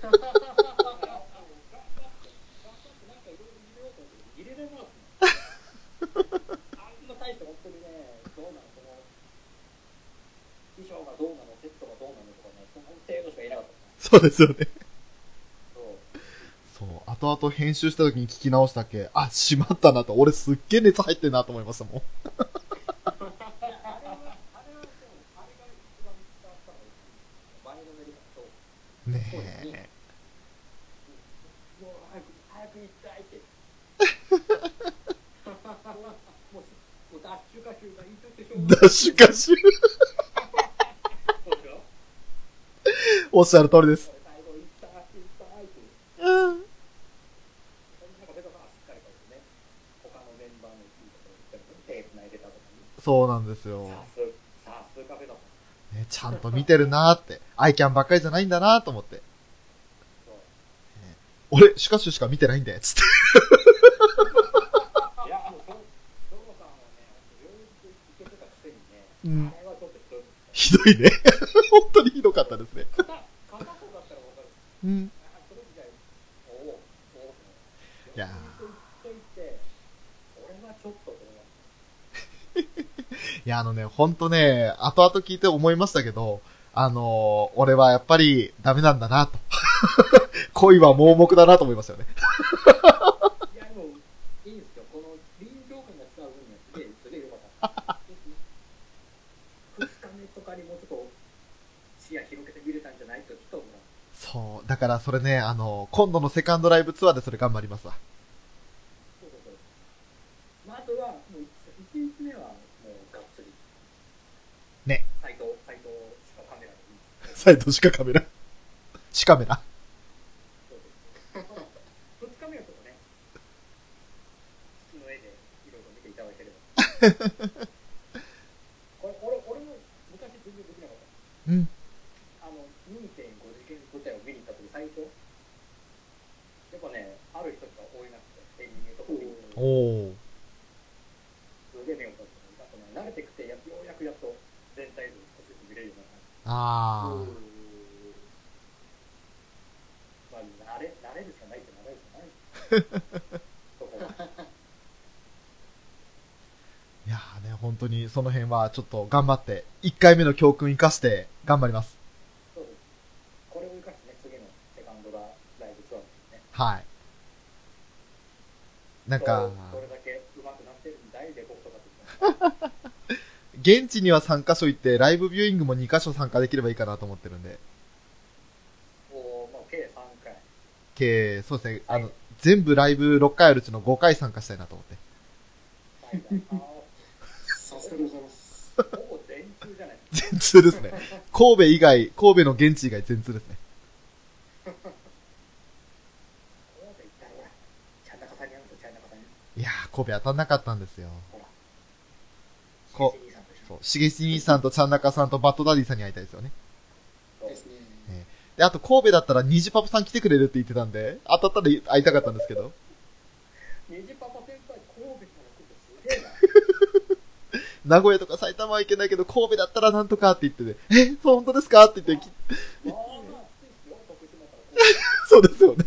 そうですよね。そう。後々編集した時に聞き直したっけ、あ、しまったなと。俺すっげー熱入ってんなと思いましたもん。ねえ。 もう早く早く行きたいって。もうダッシュ歌集が言いたくてしょうがない。 ダッシュ歌集。おっしゃる通りです。 最後行きたい行きたいって。 うん。 なんかベタさんはしっかりとね、他のメンバーのいいところ手繋いでたとかね。 そうなんですよ。 さすがベタさん。 ね、ちゃんと見てるなーって。アイキャンばっかりじゃないんだなーと思って。俺、シュカシュしか見てないんだよ、つって。 いや、もう、そのさんはね、両日いけてたくせにね、 うん、 あれはちょっとひどいね。本当にひどかったですね。 片方だったらわかる。 うん。 それ以外、おお、おお、 いやー。 俺はちょっと思います。 いや、あのね、ほんとね、後々聞いて思いましたけど、あのー、俺はやっぱりダメなんだなと。恋は盲目だなと思いましたよね。 いや、でも、いいんですよ。この臨場感が伝わるのはすげえ、すげえよかった。ふつかめとかにもうちょっと視野広げて見れたんじゃないと、ちょっと思う。 そう。だからそれね、あの、今度のセカンドライブツアーでそれ頑張りますわ。 そうそうそう。まあ、あとは、もういちにちめは、もう、がっつり。 ね。 斎藤、斎藤しかカメラでいい。 斎藤しかカメラ。しカメラ。 ふつかめはちょっとね、土の絵でいろいろ見ていただければ。これ、俺、俺も昔全然できなかった。 うん。 おお。 すげえ目を立つの。あとね、慣れてきてや、ようやくやっと全体像少しずつ見れるようになった。 ああ。 まあ、慣れ、慣れるしかないって慣れるしかない。そこは。 いやーね、本当にその辺はちょっと頑張って、いっかいめの教訓生かして頑張ります。 そうです。これを生かしてね、次のセカンドがライブツアーですね。 はい。なんか、 どれだけ上手くなってるんだいレポートが現地にはさんかしょ行って、ライブビューイングもにかしょ参加できればいいかなと思ってるんで。 おお、まあ、計さんかい。 計、そうですね、あの、全部ライブろっかいあるうちのごかい参加したいなと思って。 さすがでございます。 ほぼ全通じゃない全通ですね。神戸以外、神戸の現地以外全通ですね。いやー、神戸当たんなかったんですよ。こそう、しげち兄さんとちゃんなかさんとバッドダディさんに会いたいですよね。 ですね。 ねで、あと神戸だったらニジパパさん来てくれるって言ってたんで、当たったら会いたかったんですけど。 ニジパパ先輩、神戸から来るとすげえな。 名古屋とか埼玉は行けないけど、神戸だったらなんとかって言ってて、え、本当ですかって言って、 まあまあ、ついですよ、徳島からそうですよね。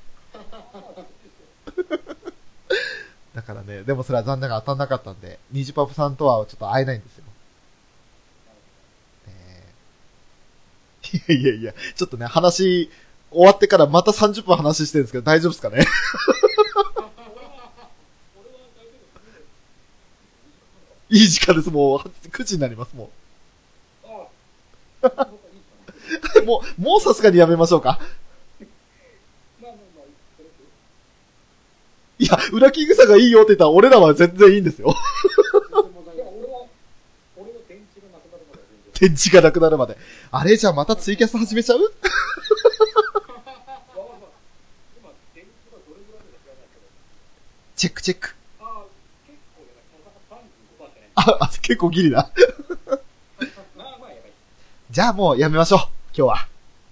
だからね、でもそれは残念が当たんなかったんで、ニジパパさんとはちょっと会えないんですよ。ね、いやいやいや、ちょっとね、話、終わってからまたさんじゅっぷん話してるんですけど、大丈夫ですかね。いい時間です、もう、くじになります、もう。もう、もうさすがにやめましょうか。いや、裏キングさんがいいよって言ったら俺らは全然いいんですよ。電池がなくなるまで。あれじゃあまたツイキャス始めちゃう？チェックチェック。あ、あ、結構ギリだ。じゃあもうやめましょう、今日は。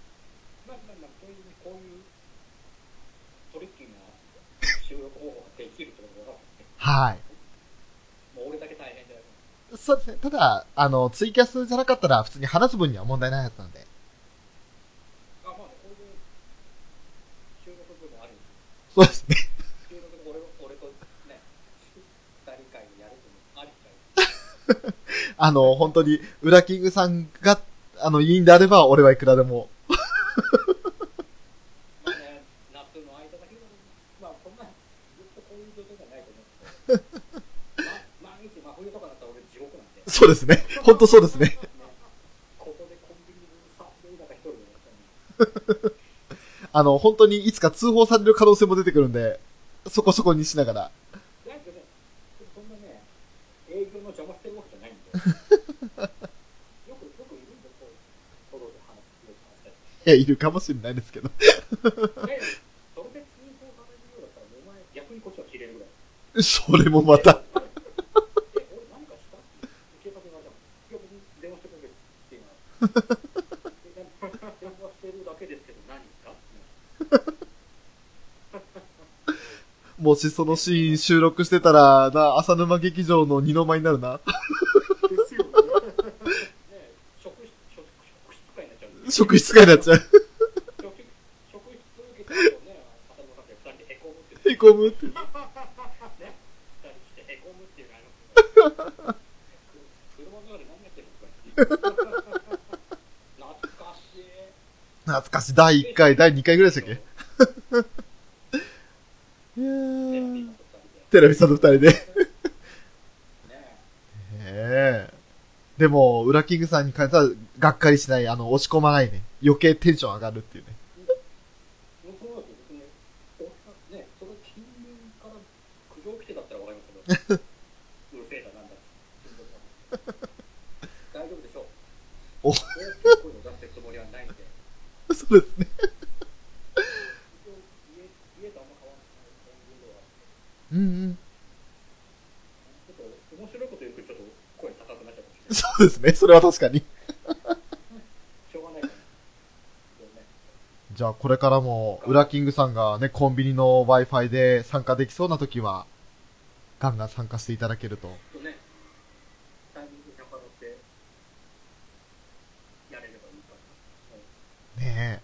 はい。 もう俺だけ大変だよ。 そうですね。ただ、あの、ツイキャスじゃなかったら普通に話す分には問題ないはずなんで。 あ、まあね、これで収録分もあるんです。 そうですね。 収録で俺俺とね、二人会でやるとありかい。 あの、本当に、ウラキングさんが、あの、いいんであれば、俺はいくらでも。 まあね、夏の間だけど、まあ、こんな、ずっとこういう状況じゃないと思うんですけど、ま、毎日真冬とかだったら俺地獄なんで。 そうですね。本当そうですね。 ここでコンビニにさんびんだか一人でやったのに。 あの、本当にいつか通報される可能性も出てくるんで、そこそこにしながら。 なんかね、そんなね、営業の邪魔してるわけじゃないんで。よく、よくいるんで、こう、フォローで話す、よく話したり。 いや、いるかもしれないですけど。 ね、それで通報されるようだったら、お前、逆にこっちは切れるぐらい。 それもまた。 え、俺何かした警察に言われたの。いや、別に電話してくれっていうのは。電話してるだけですけど、何かもしそのシーン収録してたら、な、浅沼劇場の二の舞になるな。 ですよね。 ね、職質、職職質会になっちゃう。 職質会になっちゃう。 職職質受けた後ね、浅沼さんって二人でへこむっていう。 へこむって。 ね、二人してへこむっていうのありますけど。車の中で何やってるんですか。懐かしい。 懐かしい。だいいっかい、だいにかいぐらいでしたっけ。いやー。テレビさんと二人で。へえ。でも、ウラキングさんに関しては、がっかりしない、あの、押し込まないね。余計テンション上がるっていうね。 そうなんですよ。ね、それ近隣から苦情来てだったらわかりますけど。うるせえだなんだ。大丈夫でしょう。 お、 大きい声を出してるつもりはないんで。 そうですね。 家とあんま変わらないうんうん。 ちょっと面白いこと言うとちょっと声高くなっちゃうかもしれない。 そうですね。それは確かに。 しょうがないかな。 じゃあ、これからも、ウラキングさんがね、コンビニの Wi-Fi で参加できそうなときは、 ガンガン参加していただけると。 とね、タイミングに計らってやれればいいかな。 ねえ。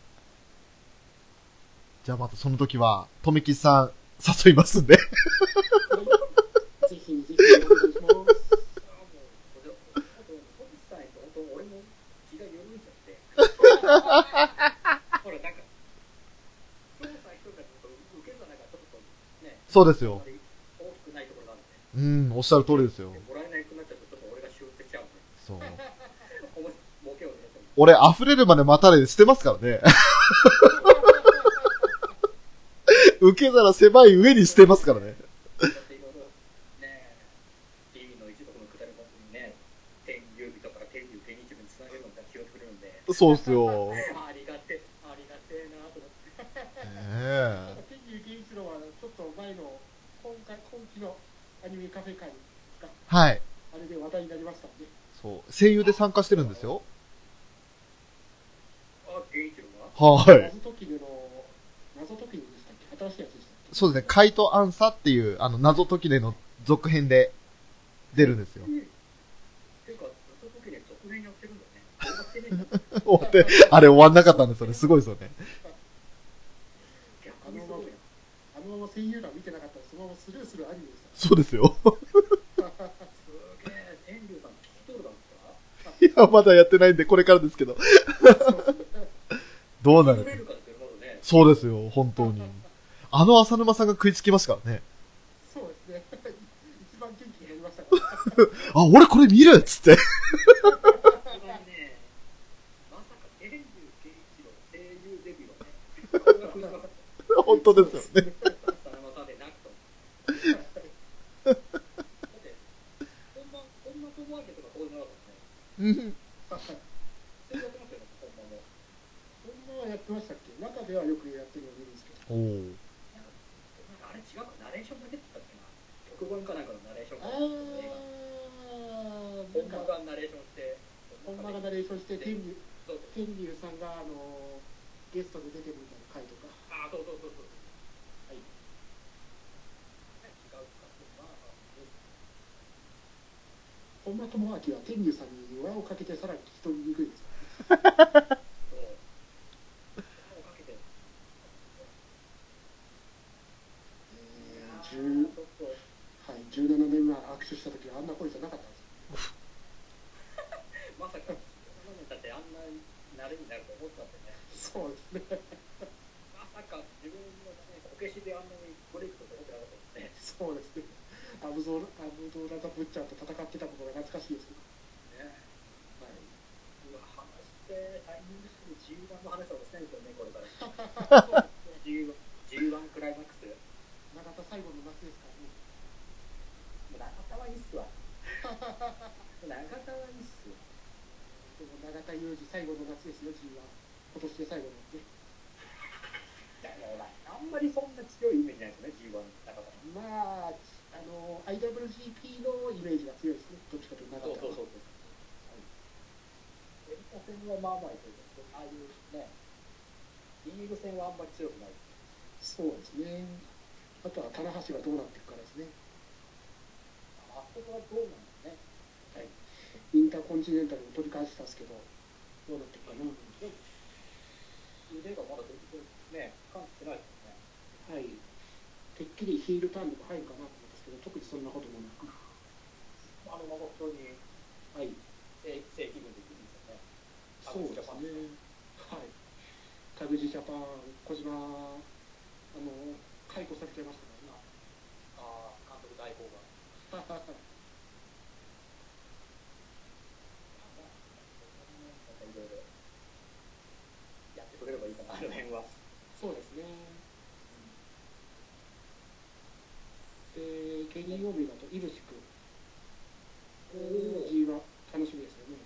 じゃあまたその時は、とめきちさん誘いますんで。 ぜひぜひお願いします。 あもう、これ、あと、トミさんと本当俺も気が緩いちゃって。ほら、なんか、調査一人だと受け皿がちょっとね、 そうですよ。 大きくないところがあるんで。 うん、おっしゃる通りですよ。 もらえなくなっちゃうと、ちょっと俺がシューってしちゃうんで。 そう。 ボケを入れても。 俺、溢れるまで待たれて捨てますからね。受け皿狭い上に捨てますからね。 だっていろいろ、ね、ティービー の一族のくだりもね、天優日とか天優天日につなげるのが気をつけるんで。 そうっすよ。 ありがて、ありがてえなと思って。 ええ。 天竜源一郎はちょっと前の今回今期のアニメカフェ会ですか。 はい。 あれで話題になりましたんで。 そう。声優で参加してるんですよ。 あ、源一郎がはい。 謎解きでの謎解きでしたっけ、新しいやつでしたっけ。 そうですね。カイトアンサっていう、あの、謎解きでの続編で出るんですよ。 ていうか、謎解きで続編やってるんだね。終わってねえんだ。 終わって、あれ終わんなかったんですよね。すごいですよね。 逆にすごいな。 あのまま声優欄見てなかったらそのままスルーするアニメでした。 そうですよ。 すげえ、天竜さん聞き取るだろうか。 いや、まだやってないんで、これからですけど。どうなるか。そうですよ、本当に。あの浅沼さんが食いつきますからね。 そうですね。一番元気になりましたから。 あ、俺これ見るっつって。 一番ね、まさか天竜源一郎声優デビューはね、これが食いつかなかった。 本当ですよね。 浅沼さんでなくと。だって、本番、本番とワーケとかこういうのだったね。 うん。 それやってますよね、本番も。 本番はやってましたっけ。中ではよくやってるのを見るんですけど。 おお。 なんかあれ違うか、ナレーションだけだったっけな。曲本かなんかのナレーションか。 ああ、 本間がナレーションして、 本間がナレーションして天竜そう天竜さんがあのゲストで出てるみたいな回とか。 ああ、そうそうそうそう。 はい。 違うか、まあ、 本間智明は天竜さんに輪をかけてさらに聞き取りにくいです。 そう。輪をかけて。 えー、じゅうはい、じゅうななねんまえ握手した時はあんな声じゃなかったんですよ。 まさか、だってあんな慣れになると思ったんでね。 そうですね。 まさか自分のね、こけしであんなにブレイクと思ってなかったですね。 そうですね。アブゾーアブドーラザ・ブッチャーと戦ってたことが懐かしいですけど。 ね。はい。うわ、話してタイミングする ジーワン の話はしないですよね、これから。ジーワン ジーワン クライマックス。 永田最後の夏ですからね。 もう永田はいいっすわ。永田はいいっすわ。 でも永田裕二最後の夏ですよ、ジーワン。今年で最後のね。 あんまりそんな強いイメージないですね、ジーワン 永田。 まあ、あの アイダブリュージーピー のイメージが強いですね、どっちかというと永田は。 そうそうそうそう。エリカ戦はまあまあいいけど、ああいうね、リーグ戦はあんまり強くない。 そうですね。あとは棚橋がどうなっていくかですね。 あそこはどうなんですね。 はい。インターコンチネンタルを取り返したんですけど、どうなっていくかな。 腕がまだ全然ね、感じてないですね。 はい。てっきりヒールターンにも入るかなと思うんですけど、特にそんなこともなく。 あのまま普通にはい。 正正規分でいくんですよね。 そうですね。はい。タグジジャパン、小島、あの、解雇されちゃいましたからね。 ああ、監督代行が。いろいろやってくれればいいかな、あの辺は。 そうですね。で、ケニー・オメガとイブシ君。おー、G は楽しみですよね。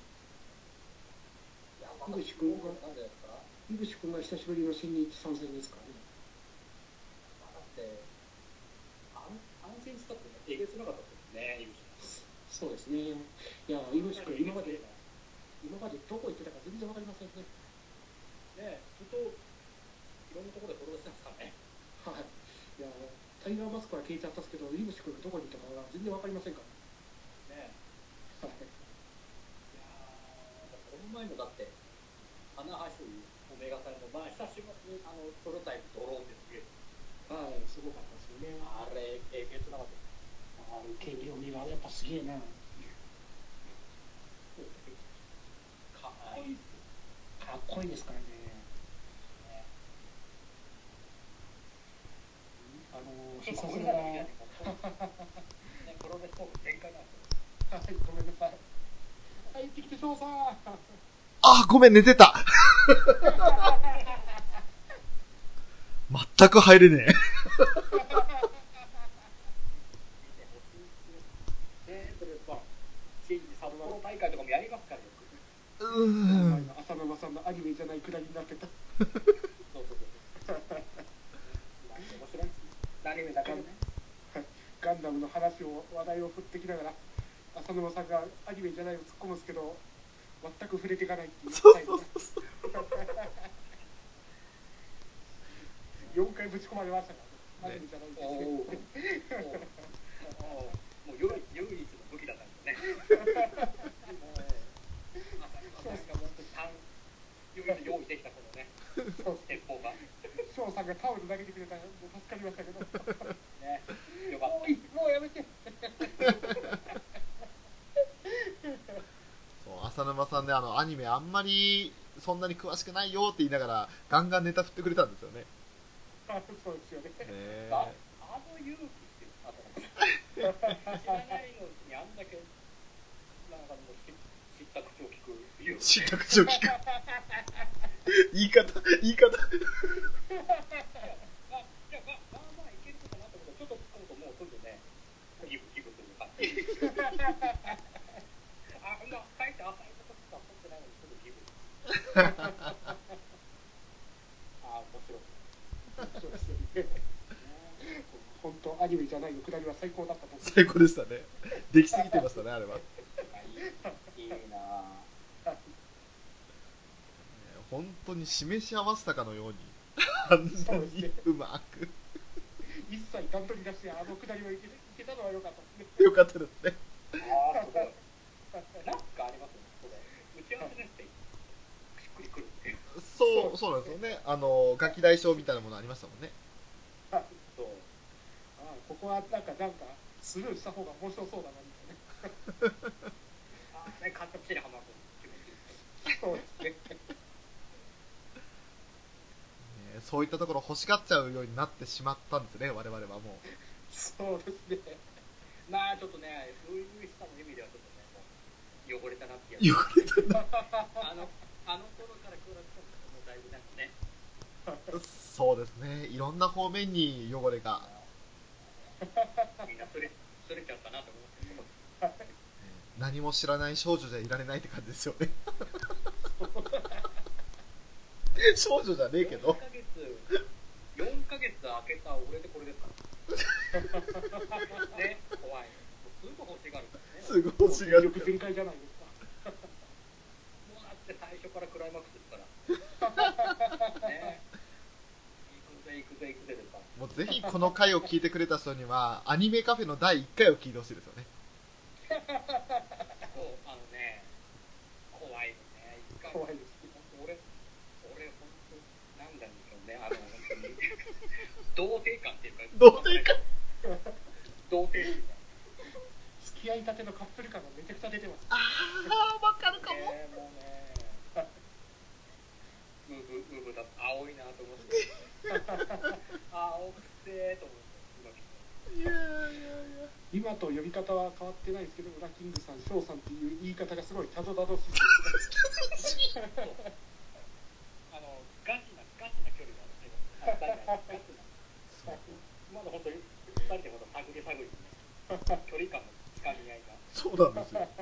イブシ君が、イブシ君が久しぶりの新日参戦ですからね。 だって、安心したってえげつなかったですね、イブシ君。 そうですね。いや、イブシ君、今まで、今までどこ行ってたか全然わかりませんね。 ねえ、ずっといろんなところで転がしてますからね。 はい。いや、タイガーマスクは消えちゃったんですけど、イブシ君がどこにいたかは全然わかりませんからね。 はい。 いやーこの前もだって花橋オメガさんのまあ久しぶりにあのプロタイプドローンですげえ。 はい、すごかったですよね。 あれえげつなかった。 あの権利を見はやっぱすげえな。 かっこいい。 かっこいいですからね。 ねあのちょっと必殺が、 これだけね、プロレストーク展開なんですよ。 はい、ごめんなさい。入ってきて翔さん。 あ、ごめん、寝てた。全く入れねえ。 新札幌大会とかもやりますからよ。 うーん。 浅沼さんのアニメじゃないくだりになってた。 そうそうそう。面白いですね。アニメだけどね。 ガンダムの話を話題を振ってきながら浅沼さんがアニメじゃないを突っ込むんですけど全く触れていかないっていう。 そうそうそう。 よんかいぶち込まれましたからね。アニメじゃないんですけど。 もう唯一の武器だったんですね。なんかもう唯一用意できたこのね、鉄砲が。 翔さんがタオル投げてくれたらもう助かりましたけど。 ね、よかった。 もうもうやめて。 そう、浅沼さんね、あのアニメあんまりそんなに詳しくないよって言いながらガンガンネタ振ってくれたんですよね。 そうですよね。 ねああの勇気ってあ知らないのにあんだけなんかもう知った口を聞く勇気。 知った口を聞く。言い方言い方。 いや、まあまあいけるかなと思ったらちょっと突っ込むともうすぐね、ギブギブする感じ。あ、まあ書いて浅いことしか取ってないのにすぐギブ。あ、面白い。 そうですよね。本当アニメじゃないのくだりは最高だったと思う。 最高でしたね。できすぎてましたね、あれは。 いいなぁ。 本当に示し合わせたかのようにあんなにうまく一切段取り出してあのくだりをいけ、いけたのは良かったですね。 よかったですね。 ああ、すごい。なんかありますよね、これ。打ち合わせですってしっくりくるっていう。 そう、そうなんですよね。あのガキ大将みたいなものありましたもんね。 そう。 ああ、ここはなんかなんかスルーした方が面白そうだなみたいな。 ああ、ね、カットチリハマる気持ちいい。 そうですね。 そういったところ欲しがっちゃうようになってしまったんですね、我々はもう。 そうですね。 まあちょっとね、そういう人の意味ではちょっとね、もう汚れたなっていう。 汚れたな。 あの、あの頃から比べたらもうだいぶなんかね。 そうですね、いろんな方面に汚れが。 みんなそれ、それちゃったなと思って。 何も知らない少女じゃいられないって感じですよね。少女じゃねえけど。 よんかげつ、よんかげつ空けた俺でこれですから。ね、怖い。すぐ欲しがるからね。 すぐ欲しがる。 全開じゃないですか。 もうだって最初からクライマックスですから。ね。行くぜ行くぜ行くぜですから。 もうぜひこの回を聞いてくれた人にはアニメカフェのだいいっかいを聞いてほしいですよね。 そう、あのね、怖いよね。 怖いです。 俺、俺本当なんだんでしょうね。あの本当に童貞感っていうか。 童貞感。 童貞っていうか。 付き合いたてのカップル感がめちゃくちゃ出てます。 ああ、わかるかも。 えー、もうね、うぶうぶだ、青いなと思って。青くてーと思って。 いやいやいや。 今と呼び方は変わってないですけど、ウラキングさん、ショウさんっていう言い方がすごいたどたどしい。 あのガチなガチな距離があるね。ガチな。まだ本当にふたりでまだ探り探り、距離感のつかみ合いが。 そうなんですよ。だ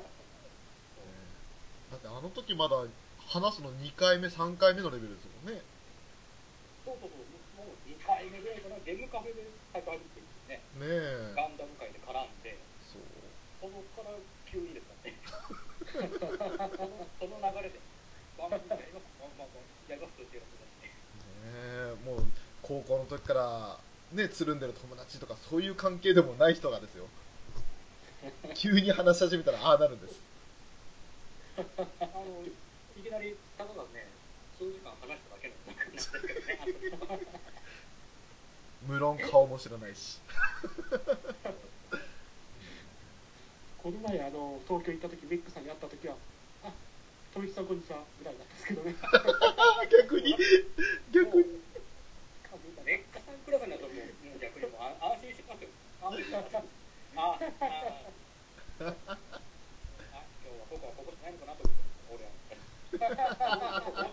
ってあの時まだ話すのにかいめさんかいめのレベルですもんね。 そうそうそう、もうにかいめぐらいからゲームカフェで最初入ってね。 ねえ。 ガンダム界で絡んで、 そう。 そのから急にですからね。そのその流れで番組やります、まあまあまあやりますっていうことですね。 ねえ、もう高校の時からね、つるんでる友達とかそういう関係でもない人がですよ急に話し始めたらああなるんです。 あのいきなりたかがね数時間話しただけの中になってるけどね無論顔も知らないしこの前あの東京行った時メックさんに会った時はあ富木さんこんにちはぐらいだったんですけどね逆に逆にメックさんクラスになるともうもう逆にもう安心しますよ。安心しますよ。ああああ今日は僕はここじゃないのかなと思って俺は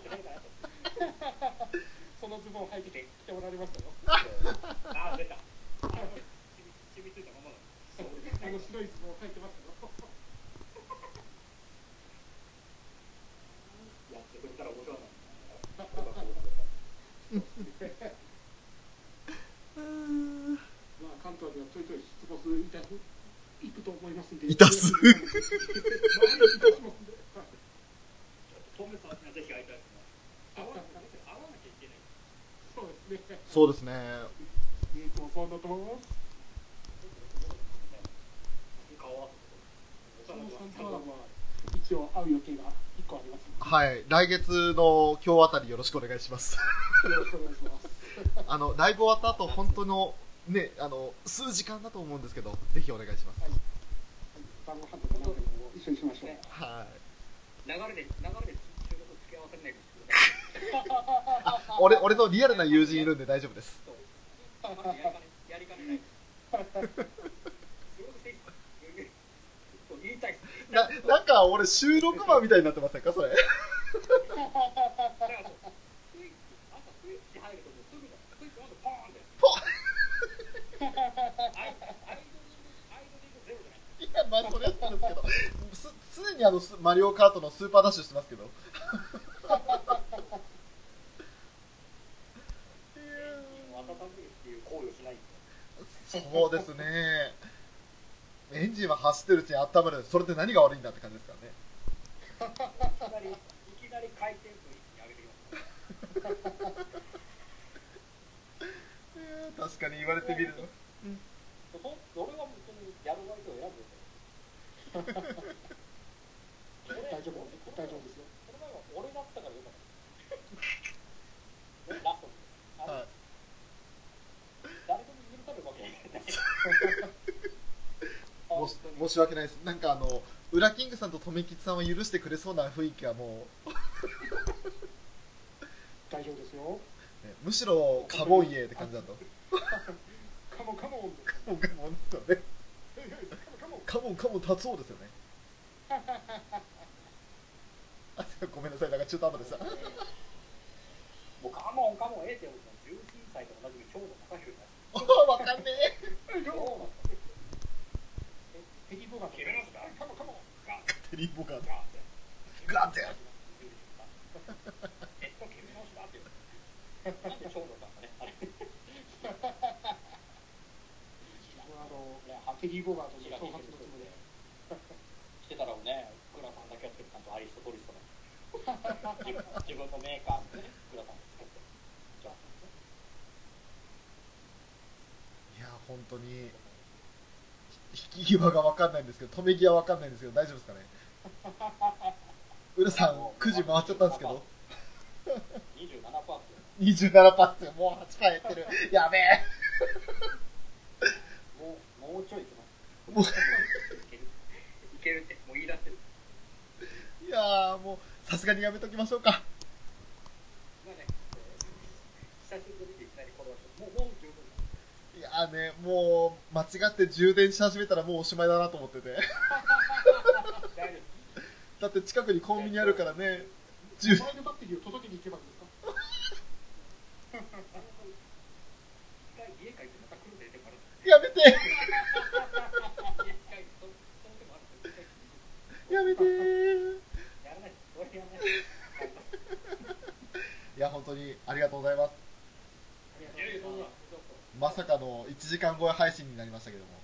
そのズボン履いてきておられましたよああ出た染みついたままだあの白いズボン履いてましたよやってくれたら面白いなまあ関東ではちょいちょい出没いた行くと思いますんでいたすいたしますんでトメさんにはぜひ会いたいですね。会わなきゃいけない。 そうですねそうですね。 いつもそうだと思いますそのさんとは一応会う予定がいっこあります。 はい、来月の今日あたりよろしくお願いします。 よろしくお願いします。 あのライブ終わった後本当のねあの数時間だと思うんですけど、ぜひお願いします。 はい。晩ご飯とか何でも一緒にしましょう。 はい。 流れで流れで収録付き合わせないですけどね。 あ、俺俺のリアルな友人いるんで大丈夫です。 やりかねやりかねない。言いたい。 ななんか俺収録マンみたいになってませんかそれ。いやまあそれはそうですけど、す常にあのマリオカートのスーパーダッシュしてますけど。そうですね。エンジンは走ってるうちに温まる。それって何が悪いんだって感じですからね。 いきなり回転数一気に上げてきます。 確かに言われてみると。 俺はもうそのやる相手を選ぶよ。 大丈夫大丈夫ですよ。 この前は俺だったからよかった。ラスト。はい。誰でも許されるわけない。 もし申し訳ないです。なんかあのウラキングさんととめきちさんは許してくれそうな雰囲気がもう大丈夫ですよ、 ね、むしろカモンイエーって感じだとカモンカモンカモンカモンですよねカモンカモン立つそうですよねあ、ごめんなさい、なんか中途半端でしたもうカモンカモンええって思ったらじゅうきゅうさいと同じに超の高い人です。 わかんねえテリーボガート決めますか。カモンカモンテリーボガートガーテンえっと決め直したってなんで超のだったねあれあのテリーボガートの挑発のつもりでしてたらね、グラさんだけやってるちゃんとアリストトリストね自分のメーカーでね、グラさん作ってじゃあいや本当に引き際が分かんないんですけど、止め際分かんないんですけど大丈夫ですかね。ウルさんくじ回っちゃったんですけどにじゅうななパーセントにじゅうななパーセントもうはちパーセント減ってるやべえもうもうちょいいきますもういけるいけるってもう言い出してる。 いやもうさすがにやめときましょうか。 まあね、久しぶりにいきなりこれはもうもう十分いやーね、もう間違って充電し始めたらもうおしまいだなと思っててだって近くにコンビニあるからね、充電前のバッテリーを届けに行けばいいんですか家帰ってまた来るんででもあるやめてやめてーやらない俺やらないいや本当にありがとうございます。まさかのいちじかん超え配信になりましたけども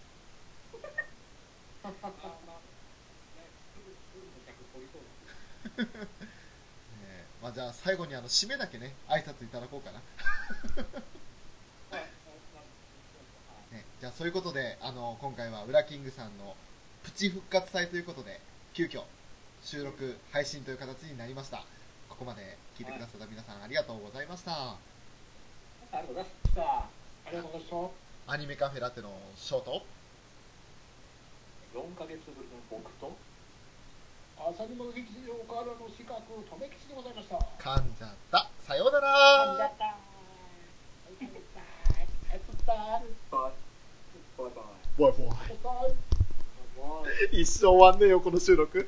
ねえ、まあ、じゃあ最後にあの締めだけね挨拶いただこうかなはい、 じゃあそういうことで、あの今回はウラキングさんのプチ復活祭ということで急遽収録配信という形になりました。ここまで聞いてくださった皆さん、ありがとうございました。 ありがとうございました。 ありがとうございました。 アニメカフェラテのショートよんかげつぶりの僕と朝にも劇場からの資格とめきちでございました。 噛んじゃった。さようなら。 噛んじゃった。噛んじゃった。噛んじゃった。 バイバイバイボイボイ。 バイバイ。 一生終わんねえよこの収録。 もう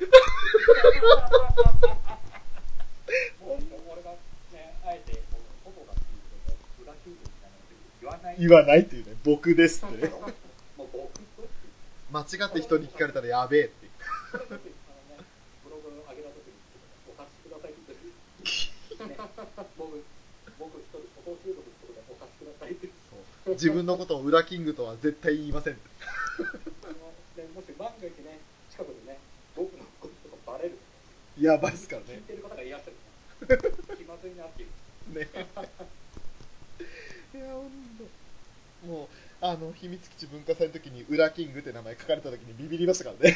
俺がね、あえて外だっていうの裏キングみたいなこと言わない言わないっていうね、僕ですってね。 もう僕と間違って人に聞かれたらやべえっていう。 ブログ上げた時にお貸しくださいって言ってる、ね、僕僕一人外収録ってことでお貸しくださいってそう自分のことをウラキングとは絶対言いませんって。 あのでもし万が一ね近くでね僕のこととかバレるやばいっすからね。 聞いてる方がいらっしゃる気まずいなっていうね。いやほんともうあの秘密基地文化祭の時にウラキングって名前書かれた時にビビりましたからね。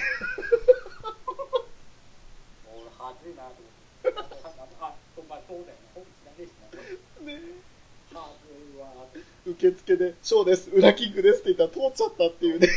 もうはずいなと思ってあ、まあそうだよね本知らねえしなねはずいわ受付でショーですウラキングですって言ったら通っちゃったっていうね。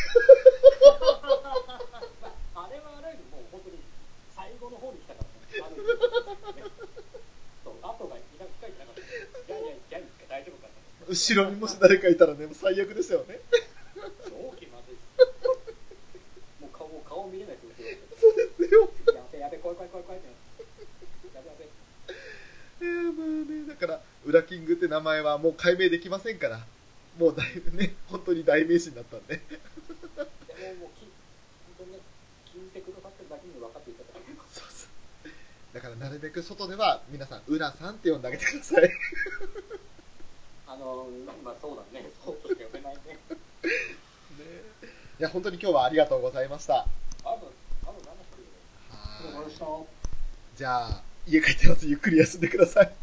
あれはあれでもう本当に最後の方に来たからね。あのそう後がいなく書いてなかった。いやいやいや大丈夫かな。 後ろにもし誰かいたらねもう最悪ですよね。 超気まずい。もう顔もう顔見れないですよ。 そうですよ。 やべやべ怖い怖い怖い怖いってやべやべ。 いやまあねだからウラキングって名前はもう解明できませんから、もうだいぶね本当に代名詞になったんで。 でももうき本当にね聞いてくださってるだけに分かっていただけます。 そうそうだからなるべく外では皆さんウラさんって呼んであげてください。 あのまあそうだねそうとしか呼べないね。ねいや本当に今日はありがとうございました。 あとあと何の人はありがとうございました。 じゃあ家帰ってまずゆっくり休んでください。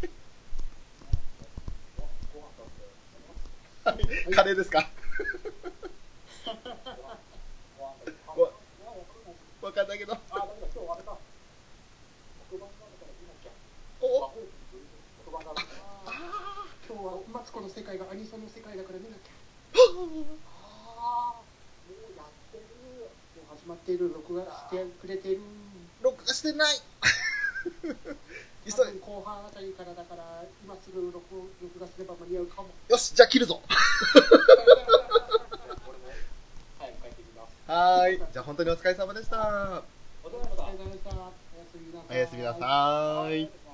はい、カレーですか。わかんないけど。お今日はマツコの世界がアニソンの世界だから見なきゃ。 ああもうやってる。 もう始まっている、録画してくれてる。 録画してない。急い多分後半あたりからだから今すぐ録録画すれば間に合うかも。 よしじゃあ切るぞ。 俺も早く帰ってきます。 はーいじゃあ本当にお疲れ様でした。 お疲れ様でした。 お疲れ様でした。おやすみなさい。 おやすみなさーい。